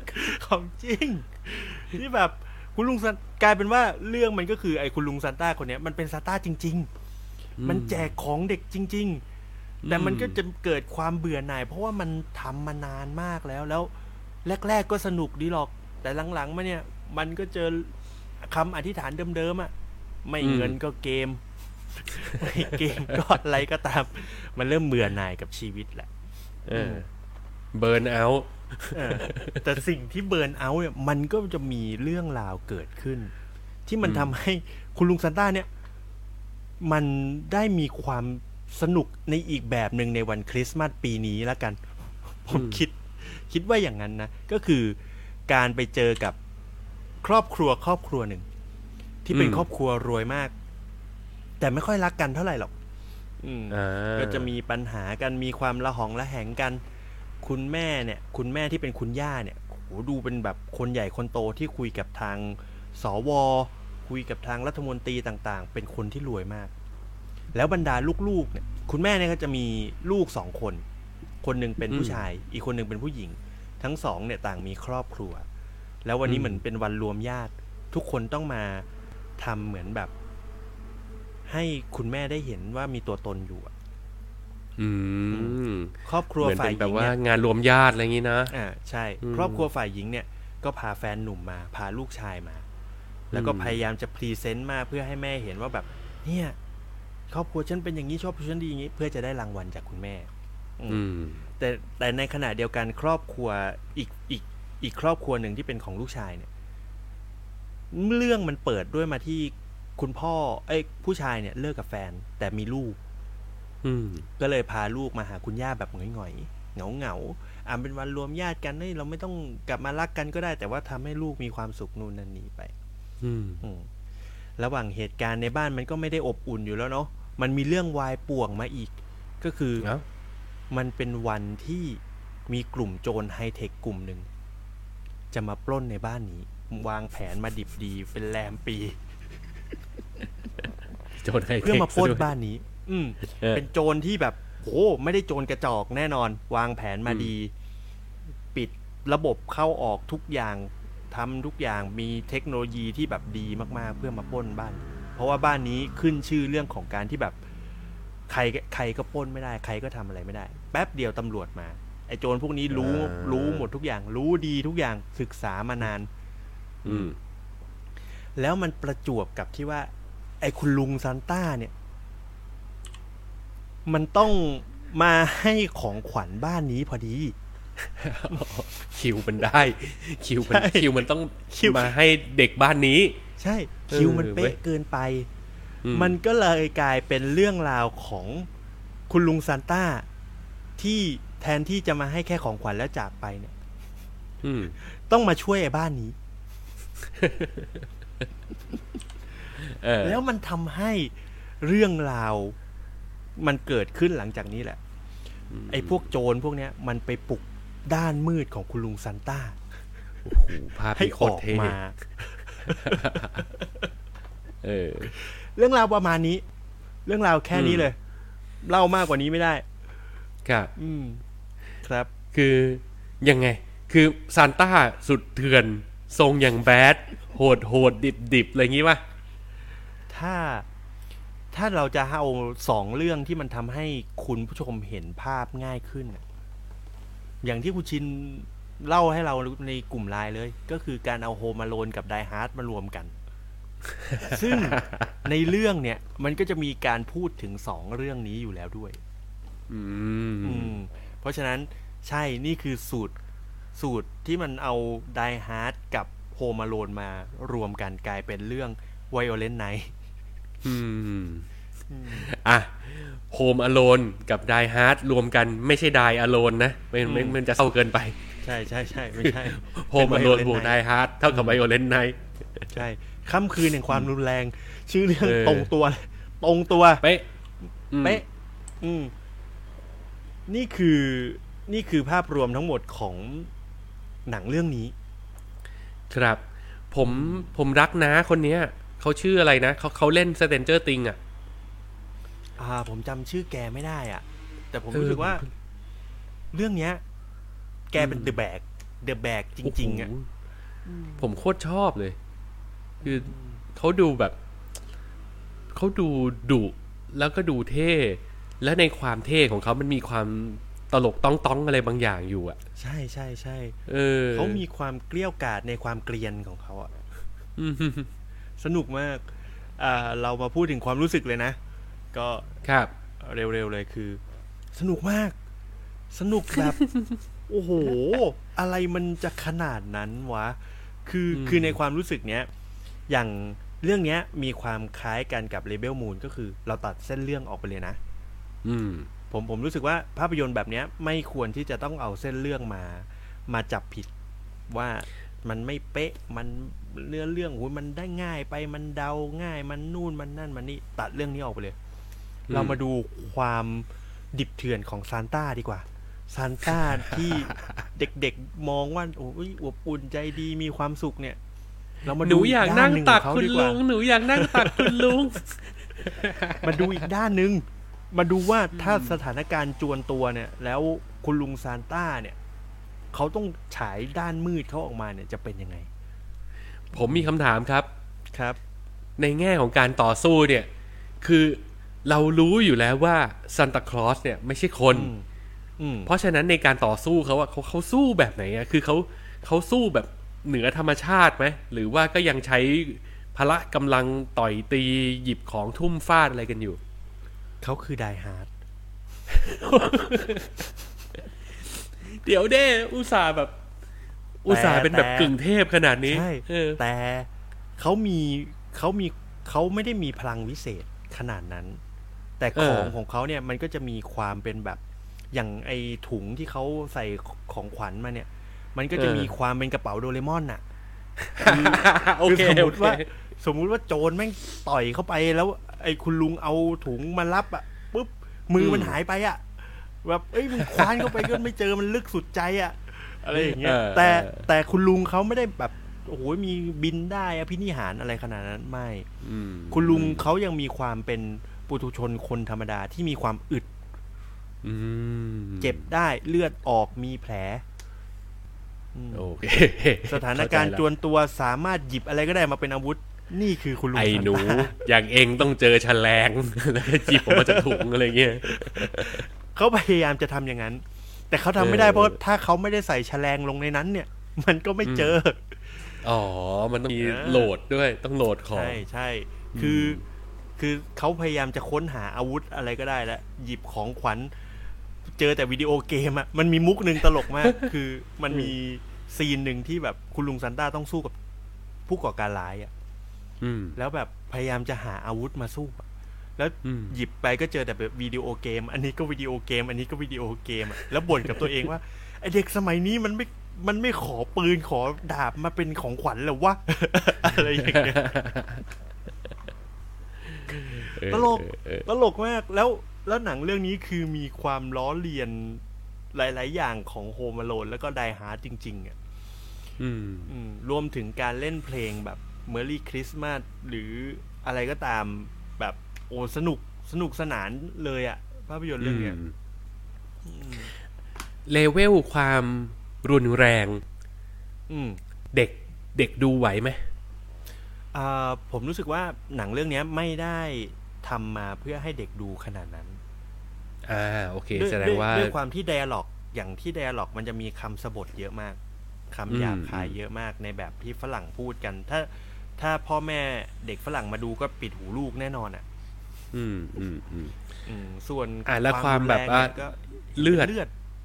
ที่แบบคุณลุงซานกลายเป็นว่าเรื่องมันก็คือไอ้คุณลุงซานต้าคนนี้มันเป็นซานต้าจริงๆมันแจกของเด็กจริงๆแต่มันก็จะเกิดความเบื่อหน่ายเพราะว่ามันทำมานานมากแล้วแรกๆก็สนุกดีหรอกแต่หลังๆมาเนี่ยมันก็เจอคำอธิษฐานเดิมๆไม่เงินก็เกมไม่เกมก็อะไรก็ตามมันเริ่มเบื่อหน่ายกับชีวิตแหละเบิร์นเอาท์แต่สิ่งที่เบิร์นเอาท์เนี่ยมันก็จะมีเรื่องราวเกิดขึ้นที่มันทำให้คุณลุงซานต้าเนี่ยมันได้มีความสนุกในอีกแบบหนึ่งในวันคริสต์มาสปีนี้แล้วกันผมคิดว่าอย่างนั้นนะก็คือการไปเจอกับครอบครัวหนึ่งที่เป็นครอบครัวรวยมากแต่ไม่ค่อยรักกันเท่าไหร่หรอกก็จะมีปัญหากันมีความระหองระแหงกันคุณแม่ที่เป็นคุณย่าเนี่ยโหดูเป็นแบบคนใหญ่คนโตที่คุยกับทางสวคุยกับทางรัฐมนตรีต่างๆเป็นคนที่รวยมากแล้วบรรดาลูกๆเนี่ยคุณแม่เนี่ยก็จะมีลูก2คนคนนึงเป็นผู้ชายอีกคนนึงเป็นผู้หญิงทั้งสองเนี่ยต่างมีครอบครัวแล้ววันนี้เหมือนเป็นวันรวมญาติทุกคนต้องมาทำเหมือนแบบให้คุณแม่ได้เห็นว่ามีตัวตนอยู่ครอบครัวฝ่ายหญิงเนี่ยงานรวมญาติอะไรอย่างนี้นะใช่ครอบครัวฝ่ายหญิงเนี่ยก็พาแฟนหนุ่มมาพาลูกชายมาแล้วก็พยายามจะพรีเซนต์มาเพื่อให้แม่เห็นว่าแบบเนี่ยครอบครัวฉันเป็นอย่างนี้ชอบฉันดีอย่างนี้เพื่อจะได้รางวัลจากคุณแม่แต่ในขณะเดียวกันครอบครัวอีกครอบครัวหนึ่งที่เป็นของลูกชายเนี่ยเรื่องมันเปิดด้วยมาที่คุณพ่อผู้ชายเนี่ยเลิกกับแฟนแต่มีลูกก็เลยพาลูกมาหาคุณย่าแบบหงอยๆเหงาเป็นวันรวมญาติกันเราไม่ต้องกลับมารักกันก็ได้แต่ว่าทำให้ลูกมีความสุขนู่นนั่นนี่ไประหว่างเหตุการณ์ในบ้านมันก็ไม่ได้อบอุ่นอยู่แล้วเนาะมันมีเรื่องวายป่วงมาอีกก็คือมันเป็นวันที่มีกลุ่มโจรไฮเทคกลุ่มหนึ่งจะมาปล้นในบ้านนี้วางแผนมาดิบดีเป็นแรมปีโจรไฮเทคเพื่อมาปล้นบ้านนี้เป็นโจรที่แบบโหไม่ได้โจรกระจอกแน่นอนวางแผนมาดีปิดระบบเข้าออกทุกอย่างทำทุกอย่างมีเทคโนโลยีที่แบบดีมากๆเพื่อมาปล้นบ้านเพราะว่าบ้านนี้ขึ้นชื่อเรื่องของการที่แบบใครก็ปล้นไม่ได้ใครก็ทำอะไรไม่ได้แป๊บเดียวตำรวจมาไอ้โจรพวกนี้รู้หมดทุกอย่างรู้ดีทุกอย่างศึกษามานานแล้วมันประจวบกับที่ว่าไอ้คุณลุงซานต้าเนี่ยมันต้องมาให้ของขวัญบ้านนี้พอดีคิวมันได้คิวมันต้องมาให้เด็กบ้านนี้ใช่คิวมันเป๊ะเกินไปมันก็เลยกลายเป็นเรื่องราวของคุณลุงซานต้าที่แทนที่จะมาให้แค่ของขวัญแล้วจากไปเนี่ยต้องมาช่วยไอ้บ้านนี้ แล้วมันทำให้เรื่องราวมันเกิดขึ้นหลังจากนี้แหละไอ้พวกโจรพวกเนี้ยมันไปปลุกด้านมืดของคุณลุงซานต้าให้ออกมาเรื่องราวประมาณนี้เรื่องราวแค่นี้เลยเล่ามากกว่านี้ไม่ได้ครับครับคือยังไงคือซานต้าสุดเถื่อนทรงอย่างแบดโหดดิบอะไรอย่างงี้ป่ะถ้าเราจะเอา2เรื่องที่มันทำให้คุณผู้ชมเห็นภาพง่ายขึ้นอย่างที่คุณชินเล่าให้เราในกลุ่มไลน์เลยก็คือการเอาโฮมอโลนกับไดฮาร์ดมารวมกันซึ่งในเรื่องเนี่ยมันก็จะมีการพูดถึง2เรื่องนี้อยู่แล้วด้วยเพราะฉะนั้นใช่นี่คือสูตรที่มันเอาไดฮาร์ดกับโฮมอโลนมารวมกันกลายเป็นเรื่อง Violent Night โฮมอโลนกับไดฮาร์ดรวมกันไม่ใช่ไดอโลนนะมันจะเศร้าเกินไปใช่ไม่ใช่โฮมอโลนบวกไดฮาร์ดเท่ากับไวโอเลนต์ไนท์ใช่ค่ำคืนแห่งความรุนแรงชื่อเรื่องตรงตัวเป๊ะนี่คือภาพรวมทั้งหมดของหนังเรื่องนี้ครับผมรักนะคนนี้เขาชื่ออะไรนะเขาเล่น Stranger Things ผมจำชื่อแกไม่ได้แต่ผมรู้สึกว่าเรื่องเนี้ยแกเป็นเดอะแบกจริงๆผมโคตรชอบเลยคือเขาดูแบบเขาดูดุแล้วก็ดูเท่และในความเท่ของเขามันมีความตลกต้องอะไรบางอย่างอยู่ใช่เขามีความเกลี้ยกล่อมในความเกรียนของเขาสนุกมากเรามาพูดถึงความรู้สึกเลยนะก็ครับเร็วๆเลยคือสนุกมากสนุกแบบ โอ้โหอะไรมันจะขนาดนั้นวะคือในความรู้สึกเนี้ยอย่างเรื่องเนี้ยมีความคล้ายกันกับ Rebel Moon ก็คือเราตัดเส้นเรื่องออกไปเลยนะผมรู้สึกว่าภาพยนตร์แบบเนี้ยไม่ควรที่จะต้องเอาเส้นเรื่องมาจับผิดว่ามันไม่เป๊ะมันเรื่องมันได้ง่ายไปมันเดาง่ายมันนู่นมันนั่นมันนี่ตัดเรื่องนี้ออกไปเลยเรามาดูความดิบเถื่อนของซานต้าดีกว่าซานต้าที่เด็กๆมองว่าโอ้ยอบอุ่นใจดีมีความสุขเนี่ยเรามาหดูนูอยากนั่งตักคุณดีกลุว่างหนูอยากนั่งตักคุณลุงมาดูอีกด้านหนึ่งมาดูว่าถ้าสถานการณ์จวนตัวเนี่ยแล้วคุณลุงซานต้าเนี่ยเขาต้องฉายด้านมืดเขาออกมาเนี่ยจะเป็นยังไงผมมีคำถามครับครับในแง่ของการต่อสู้เนี่ยคือเรารู้อยู่แล้วว่าซานตาคลอสเนี่ยไม่ใช่คนเพราะฉะนั้นในการต่อสู้เขาอะเขาสู้แบบไหนอะคือเขาสู้แบบเหนือธรรมชาติไหมหรือว่าก็ยังใช้พละกำลังต่อยตีหยิบของทุ่มฟาดอะไรกันอยู่เขาคือไดฮาร์ดเดี๋ยวเด้อุตส่าห์เป็นแบบกึ่งเทพขนาดนี้ใช่แต่เขาไม่ได้มีพลังวิเศษขนาดนั้นแต่ของเขาเนี่ยมันก็จะมีความเป็นแบบอย่างไอถุงที่เขาใส่ของขวัญมาเนี่ยมันก็จะมีความเป็นกระเป๋าโดเรมอนน่ะคือสมมติว่าโจรแม่งต่อยเข้าไปแล้วไอ้คุณลุงเอาถุงมารับอ่ะปุ๊บมือมันหายไปอ่ะแบบมันคว้านเข้าไปก็ไม่เจอมันลึกสุดใจอ่ะอะไรอย่างเงี้ยแต่คุณลุงเขาไม่ได้แบบโอ้โหมีบินได้อภินิหารอะไรขนาดนั้นไม่คุณลุงเขายังมีความเป็นปุถุชนคนธรรมดาที่มีความอึดเจ็บได้เลือดออกมีแผลโอเคสถานการณ์จวนตัวสามารถหยิบอะไรก็ได้มาเป็นอาวุธนี่คือคุณลุงไอ้หนูอย่างเองต้องเจอแฉลงแล้วหยิบออกมาจากถุงอะไรเงี้ยเขาพยายามจะทำอย่างนั้นแต่เขาทำไม่ได้เพราะถ้าเขาไม่ได้ใส่แฉลงลงในนั้นเนี่ยมันก็ไม่เจออ๋อมันต้องมีโหลดด้วยต้องโหลดของใช่คือเขาพยายามจะค้นหาอาวุธอะไรก็ได้แล้วหยิบของขวัญเจอแต่วิดีโอเกมอ่ะมันมีมุกนึงตลกมากคือมันมีซีนหนึ่งที่แบบคุณลุงซันต้าต้องสู้กับผู้ก่อการร้ายอ่ะแล้วแบบพยายามจะหาอาวุธมาสู้แล้วหยิบไปก็เจอแต่แบบวิดีโอเกมอันนี้ก็วิดีโอเกมอันนี้ก็วิดีโอเกมแล้วบ่นกับตัวเองว่าไอเด็กสมัยนี้มันไม่ขอปืนขอดาบมาเป็นของขวัญหรอวะอะไรอย่างเงี้ยตลกมากแล้วหนังเรื่องนี้คือมีความล้อเลียนหลายๆอย่างของโฮมอโลนแล้วก็ไดฮาร์ดจริงๆอ่ะรวมถึงการเล่นเพลงแบบเมอร์รี่คริสต์มาสหรืออะไรก็ตามแบบโอ้สนุกสนานเลยอ่ะภาพยนตร์เรื่องเนี้ยเลเวลความรุนแรงเด็กดูไหวไหมผมรู้สึกว่าหนังเรื่องนี้ไม่ได้ทำมาเพื่อให้เด็กดูขนาดนั้นโอเคแสดงว่าด้วยความที่ไดอะล็อกอย่างที่ไดอะล็อกมันจะมีคำสบทเยอะมากคำหยาบคายเยอะมากในแบบที่ฝรั่งพูดกันถ้าพ่อแม่เด็กฝรั่งมาดูก็ปิดหูลูกแน่นอนอ่ะส่วนแล้วความแบบว่าเลือด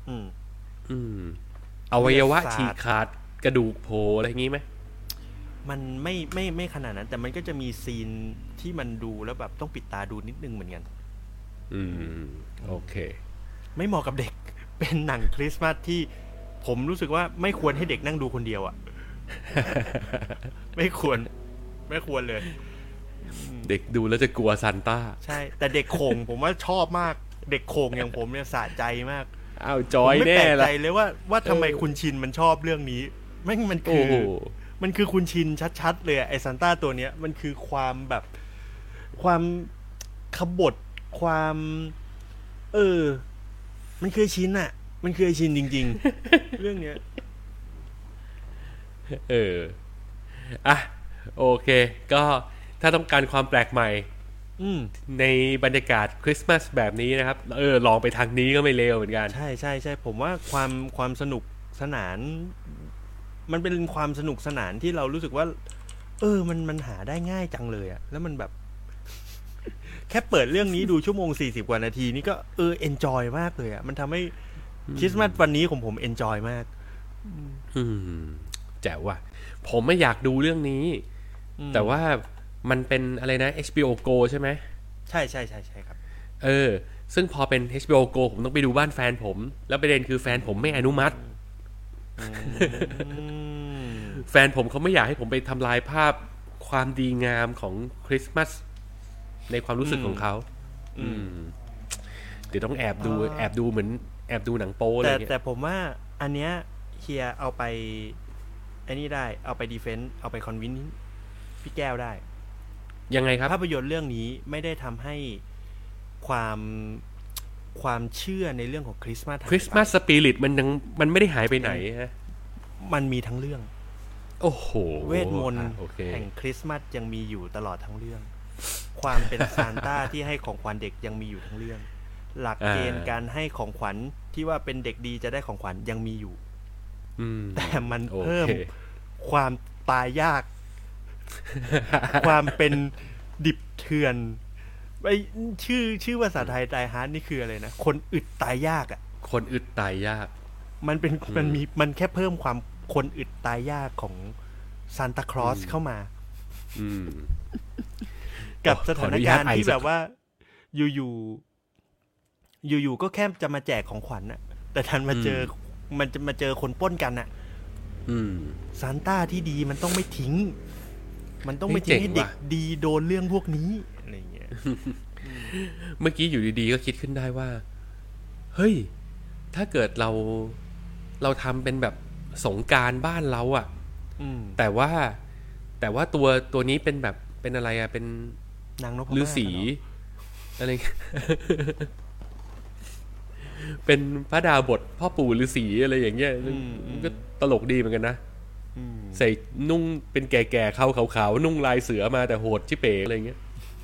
อวัยวะฉีกขาดกระดูกโผล่อะไรอย่างงี้ไหมมันไม่ขนาดนั้นแต่มันก็จะมีซีนที่มันดูแล้วแบบต้องปิดตาดูนิดนึงเหมือนกันโอเคไม่เหมาะกับเด็กเป็นหนังคริสต์มาสที่ผมรู้สึกว่าไม่ควรให้เด็กนั่งดูคนเดียวอ่ะ ไม่ควรเลยเด็กดูแล้วจะกลัวซานต้าใช่แต่เด็กโขงผมว่าชอบมากเด็กโขงอย่างผมเนี่ยสะใจมากจอยแน่ละไม่แปลกใจเลยว่าทำไมคุณชินมันชอบเรื่องนี้มันคือคุณชินชัดๆเลยไอ้ซานต้าตัวเนี้ยมันคือความแบบความขบฏความมันคือชินอ่ะมันคือชินจริงๆ เรื่องเนี้ยโอเคก็ถ้าต้องการความแปลกใหม่ในบรรยากาศคริสต์มาสแบบนี้นะครับลองไปทางนี้ก็ไม่เลวเหมือนกันใช่ผมว่าความสนุกสนานมันเป็นความสนุกสนานที่เรารู้สึกว่ามันหาได้ง่ายจังเลยอะแล้วมันแบบแค่เปิดเรื่องนี้ดูชั่วโมง40กว่านาทีนี่ก็เอนจอยมากเลยอะมันทำให้คริสต์มาสวันนี้ของผมเอนจอยมากแจ๋วว่ะผมไม่อยากดูเรื่องนี้แต่ว่ามันเป็นอะไรนะ HBO Go ใช่ไหมใช่ครับซึ่งพอเป็น HBO Go ผมต้องไปดูบ้านแฟนผมแล้วประเด็นคือแฟนผมไม่อนุมัติแฟนผมเขาไม่อยากให้ผมไปทำลายภาพความดีงามของคริสต์มาสในความรู้สึกของเขาเดี๋ยวต้องแอบดูเหมือนแอบดูหนังโป๊อะไรเงี้ยแต่ผมว่าอันเนี้ยเฮียเอาไปไอ้นี่ได้เอาไปดีเฟนส์เอาไปคอนวินส์พี่แก้วได้ยังไงครับภาพยนตร์เรื่องนี้ไม่ได้ทำให้ความเชื่อในเรื่องของคริสต์มาสสปิริตมันไม่ได้หายไปไหนฮะมันมีทั้งเรื่องโอ้โหเวทมนต์แห่งคริสต์มาสยังมีอยู่ตลอดทั้งเรื่องความเป็นซานต้าที่ให้ของขวัญเด็กยังมีอยู่ทั้งเรื่องหลักเกณฑ์การให้ของขวัญที่ว่าเป็นเด็กดีจะได้ของขวัญยังมีอยู่แต่มันเพิ่มความตายยากความเป็นดิบเถื่อนไอ้ชื่อภาษาไทยตายฮาร์ดนี่คืออะไรนะคนอึดตายยากอ่ะคนอึดตายยากมันแค่เพิ่มความคนอึดตายยากของซานตาคลอสเข้ามากับสถานการณ์ที่แบบว่าอยู่ก็แค่จะมาแจกของขวัญน่ะแต่ทันมาเจอคนปล้นกันน่ะซานต้าที่ดีมันต้องไม่ทิ้งมันต้องไม่ทิ้งให้เด็กดีโดนเรื่องพวกนี้อะไรเงี้ยเมื่อกี้อยู่ดีๆก็คิดขึ้นได้ว่าเฮ้ยถ้าเกิดเราทำเป็นแบบสงกรานต์บ้านเราอ่ะแต่ว่าตัวนี้เป็นแบบเป็นอะไรอ่ะเป็นนางนพฤาษีอะไรเป็นพระดาบทพ่อปู่ฤาษีอะไรอย่างเงี้ยก็ตลกดีเหมือนกันนะใส่นุ่งเป็นแก่ๆเข้าขาวๆนุ่งลายเสือมาแต่โหดชิเป๋อะไรเงี้ย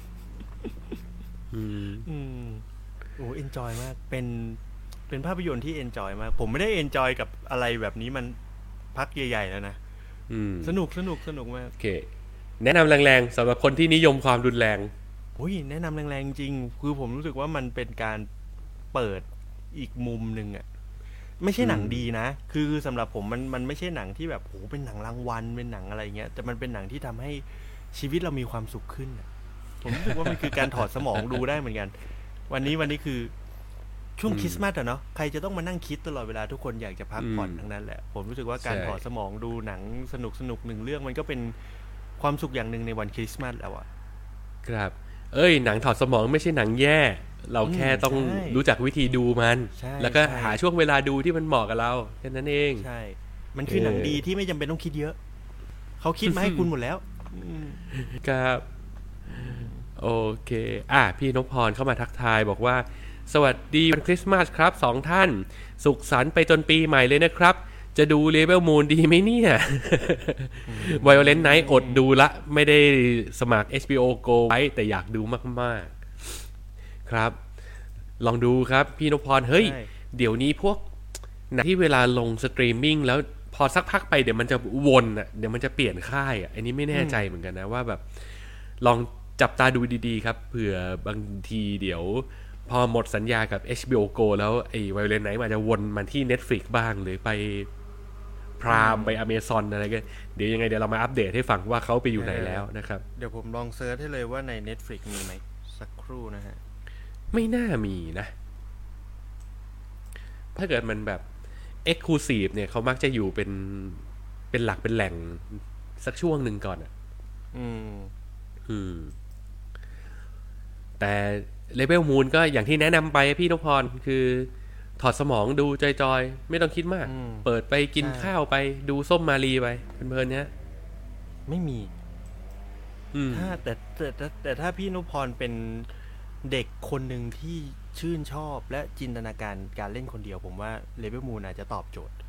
โอ้เอนจอยมากเป็นภาพยนตร์ที่เอนจอยมากผมไม่ได้เอนจอยกับอะไรแบบนี้มันพักใหญ่ๆแล้วนะสนุกมากโอเคแนะนำแรงๆสำหรับคนที่นิยมความรุนแรงโอ้ยแนะนำแรงๆจริงคือผมรู้สึกว่ามันเป็นการเปิดอีกมุมนึงอ่ะไม่ใช่หนังดีนะคือสำหรับผมมันไม่ใช่หนังที่แบบโหเป็นหนังรางวัลเป็นหนังอะไรเงี้ยแต่มันเป็นหนังที่ทำให้ชีวิตเรามีความสุขขึ้นผมรู้สึกว่ามันคือการถอดสมองดูได้เหมือนกันวันนี้คือช่วงคริสต์มาสอะเนาะใครจะต้องมานั่งคิดตลอดเวลาทุกคนอยากจะพักผ่อนทั้งนั้นแหละผมรู้สึกว่าการถอดสมองดูหนังสนุกหนึ่งเรื่องมันก็เป็นความสุขอย่างหนึ่งในวันคริสต์มาสแล้วอะครับหนังถอดสมองไม่ใช่หนังแย่เราแค่ต้องรู้จักวิธีดูมันแล้วก็หาช่วงเวลาดูที่มันเหมาะกับเราแค่นั้นเองใช่มันคือหนังดีที่ไม่จำเป็นต้องคิดเยอะเขาคิดมาให้คุณหมดแล้วครับโอเคพี่นพพรเข้ามาทักทายบอกว่าสวัสดีวันคริสต์มาสครับ2ท่านสุขสันต์ไปจนปีใหม่เลยนะครับจะดู Rebel Moon ดีไหมเนี่ย Violent Night อดดูละไม่ได้สมัคร HBO Go ไว้แต่อยากดูมากๆครับลองดูครับพี่นพพรเฮ้ยเดี๋ยวนี้พวกหนังที่เวลาลงสตรีมมิ่งแล้วพอสักพักไปเดี๋ยวมันจะวนเดี๋ยวมันจะเปลี่ยนค่ายอันนี้ไม่แน่ใจเหมือนกันนะว่าแบบลองจับตาดูดีๆครับเผื่อบางทีเดี๋ยวพอหมดสัญญากับ HBO Go แล้วไอ้ Violent Night อาจจะวนมาที่ Netflix บ้างหรือไปพรามไป Amazon อะไรกันเดี๋ยวยังไงเดี๋ยวเรามาอัปเดตให้ฟังว่าเขาไปอยู่ไหนแล้วนะครับเดี๋ยวผมลองเซิร์ชให้เลยว่าใน Netflix มีไหมสักครู่นะฮะไม่น่ามีนะถ้าเกิดมันแบบ Exclusive เนี่ยเขามักจะอยู่เป็นหลักเป็นแหล่งสักช่วงหนึ่งก่อนแต่ Rebel Moon ก็อย่างที่แนะนำไปพี่นพพรคือถอดสมองดูจอยๆไม่ต้องคิดมากเปิดไปกินข้าวไปดูส้มมาลีไปเพลินๆเนี้ยไม่มีถ้าแต่ถ้าพี่นพพรเป็นเด็กคนหนึ่งที่ชื่นชอบและจินตนาการเล่นคนเดียวผมว่า Rebel Moon อาจจะตอบโจทย์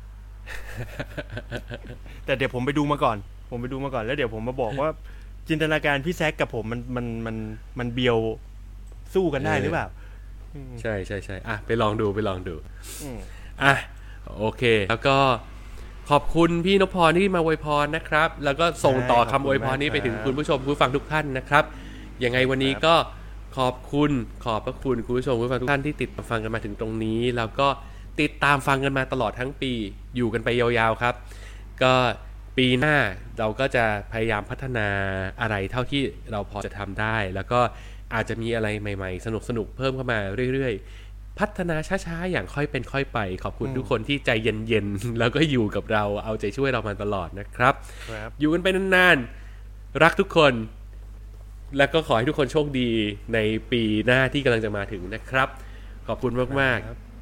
แต่เดี๋ยวผมไปดูมาก่อนแล้วเดี๋ยวผมมาบอกว่าจินตนาการพี่แซคกับผมมันเบียวสู้กันได้หรือเปล่าใช่ไปลองดูโอเคแล้วก็ขอบคุณพี่นพพรที่มาอวยพรนะครับแล้วก็ส่งต่อคำอวยพรนี้ไปถึงคุณผู้ชมผู้ฟังทุกท่านนะครับยังไงวันนี้ก็ขอบพระคุณคุณผู้ชมผู้ฟังทุกท่านที่ติดตามฟังกันมาถึงตรงนี้แล้วก็ติดตามฟังกันมาตลอดทั้งปีอยู่กันไปยาวๆครับก็ปีหน้าเราก็จะพยายามพัฒนาอะไรเท่าที่เราพอจะทำได้แล้วก็อาจจะมีอะไรใหม่ๆสนุกๆเพิ่มเข้ามาเรื่อยๆพัฒนาช้าๆอย่างค่อยเป็นค่อยไปขอบคุณทุกคนที่ใจเย็นๆแล้วก็อยู่กับเราเอาใจช่วยเรามาตลอดนะครับอยู่กันไปนานๆรักทุกคนแล้วก็ขอให้ทุกคนโชคดีในปีหน้าที่กำลังจะมาถึงนะครับขอบคุณมากๆ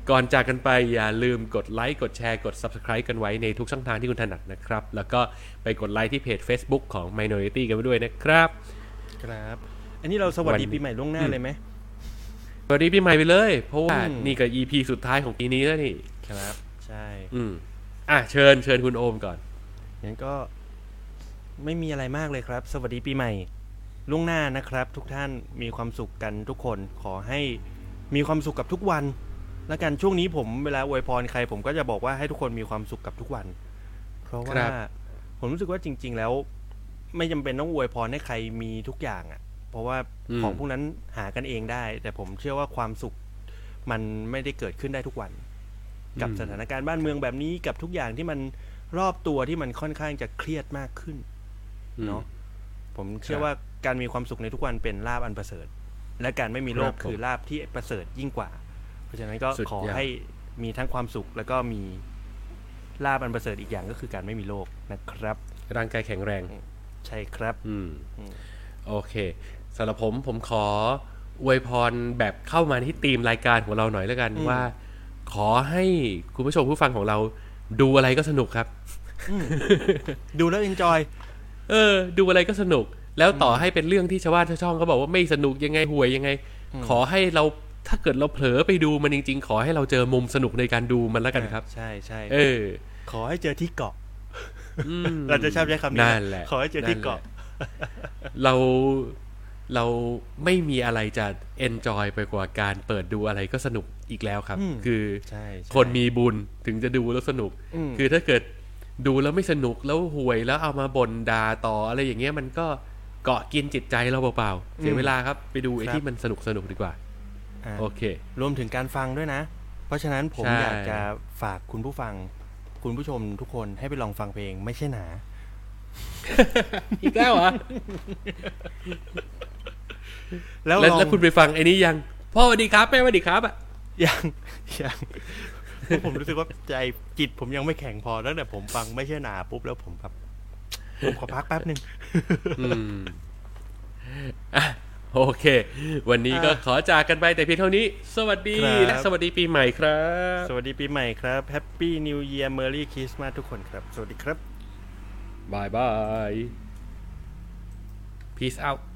ก่อนจากกันไปอย่าลืมกดไลค์กดแชร์กด Subscribe กันไว้ในทุกช่องทางที่คุณถนัดนะครับแล้วก็ไปกดไลค์ที่เพจ Facebook ของ Minority กันไปด้วยนะครับครับอันนี้เราสวัสดีปีใหม่ล่วงหน้าเลยไหมสวัสดีปีใหม่ไปเลยเพราะว่านี่ก็ EP สุดท้ายของปีนี้แล้วนี่ครับใช่เชิญคุณโอมก่อนงั้นก็ไม่มีอะไรมากเลยครับสวัสดีปีใหม่ล่วงหน้านะครับทุกท่านมีความสุขกันทุกคนขอให้มีความสุขกับทุกวันแล้วกันช่วงนี้ผมเวลาอวยพรใครผมก็จะบอกว่าให้ทุกคนมีความสุขกับทุกวันเพราะว่าผมรู้สึกว่าจริงๆแล้วไม่จำเป็นต้องอวยพรให้ใครมีทุกอย่างอ่ะเพราะว่าของพวกนั้นหากันเองได้แต่ผมเชื่อว่าความสุขมันไม่ได้เกิดขึ้นได้ทุกวันกับสถานการณ์บ้านเมืองแบบนี้กับทุกอย่างที่มันรอบตัวที่มันค่อนข้างจะเครียดมากขึ้นเนาะผมเชื่อว่าการมีความสุขในทุกวันเป็นลาภอันประเสริฐและการไม่มีโรคคือลาภที่ประเสริฐยิ่งกว่าเพราะฉะนั้นก็ขอให้มีทั้งความสุขแล้วก็มีลาภอันประเสริฐอีกอย่างก็คือการไม่มีโรคนะครับร่างกายแข็งแรงใช่ครับโอเคสำหรับผมขออวยพรแบบเข้ามาที่ธีมรายการของเราหน่อยแล้วกันว่าขอให้คุณผู้ชมผู้ฟังของเราดูอะไรก็สนุกครับดูแล้วเอนจอยดูอะไรก็สนุกแล้วต่อให้เป็นเรื่องที่ชาวบ้านชาวช่องเขาบอกว่าไม่สนุกยังไงห่วยยังไงขอให้เราถ้าเกิดเราเผลอไปดูมันจริงๆขอให้เราเจอมุมสนุกในการดูมันแล้วกันครับใช่ขอให้เจอที่เกาะเราจะชอบใช้คำนี้นั่นแหละขอให้เจอที่เกาะเราไม่มีอะไรจะเอนจอยไปกว่าการเปิดดูอะไรก็สนุกอีกแล้วครับคือคนมีบุญถึงจะดูแล้วสนุกคือถ้าเกิดดูแล้วไม่สนุกแล้วห่วยแล้วเอามาบ่นด่าต่ออะไรอย่างเงี้ยมันก็เกาะกินจิตใจเราเปล่าๆเสียเวลาครับไปดูไอ้ที่มันสนุกดีกว่าโอเครวมถึงการฟังด้วยนะเพราะฉะนั้นผมอยากจะฝากคุณผู้ฟังคุณผู้ชมทุกคนให้ไปลองฟังเพลงไม่ใช่หนาอีกแล้วเหรอแล้วคุณไปฟังไอ้นี้ยังพ่อสวัสดีครับแม่สวัสดีครับอ่ะยังผมรู้สึกว่าใจจิตผมยังไม่แข็งพอตั้งแต่ผมฟังไม่ใช่หนาปุ๊บแล้วผมแบบผมขอพักแป๊บนึงโอเควันนี้ก็ขอจากกันไปแต่เพียงเท่านี้สวัสดีและสวัสดีปีใหม่ครับสวัสดีปีใหม่ครับแฮปปี้นิวเยียร์เมอร์รี่คริสต์มาสทุกคนครับสวัสดีครับบายบาย peace out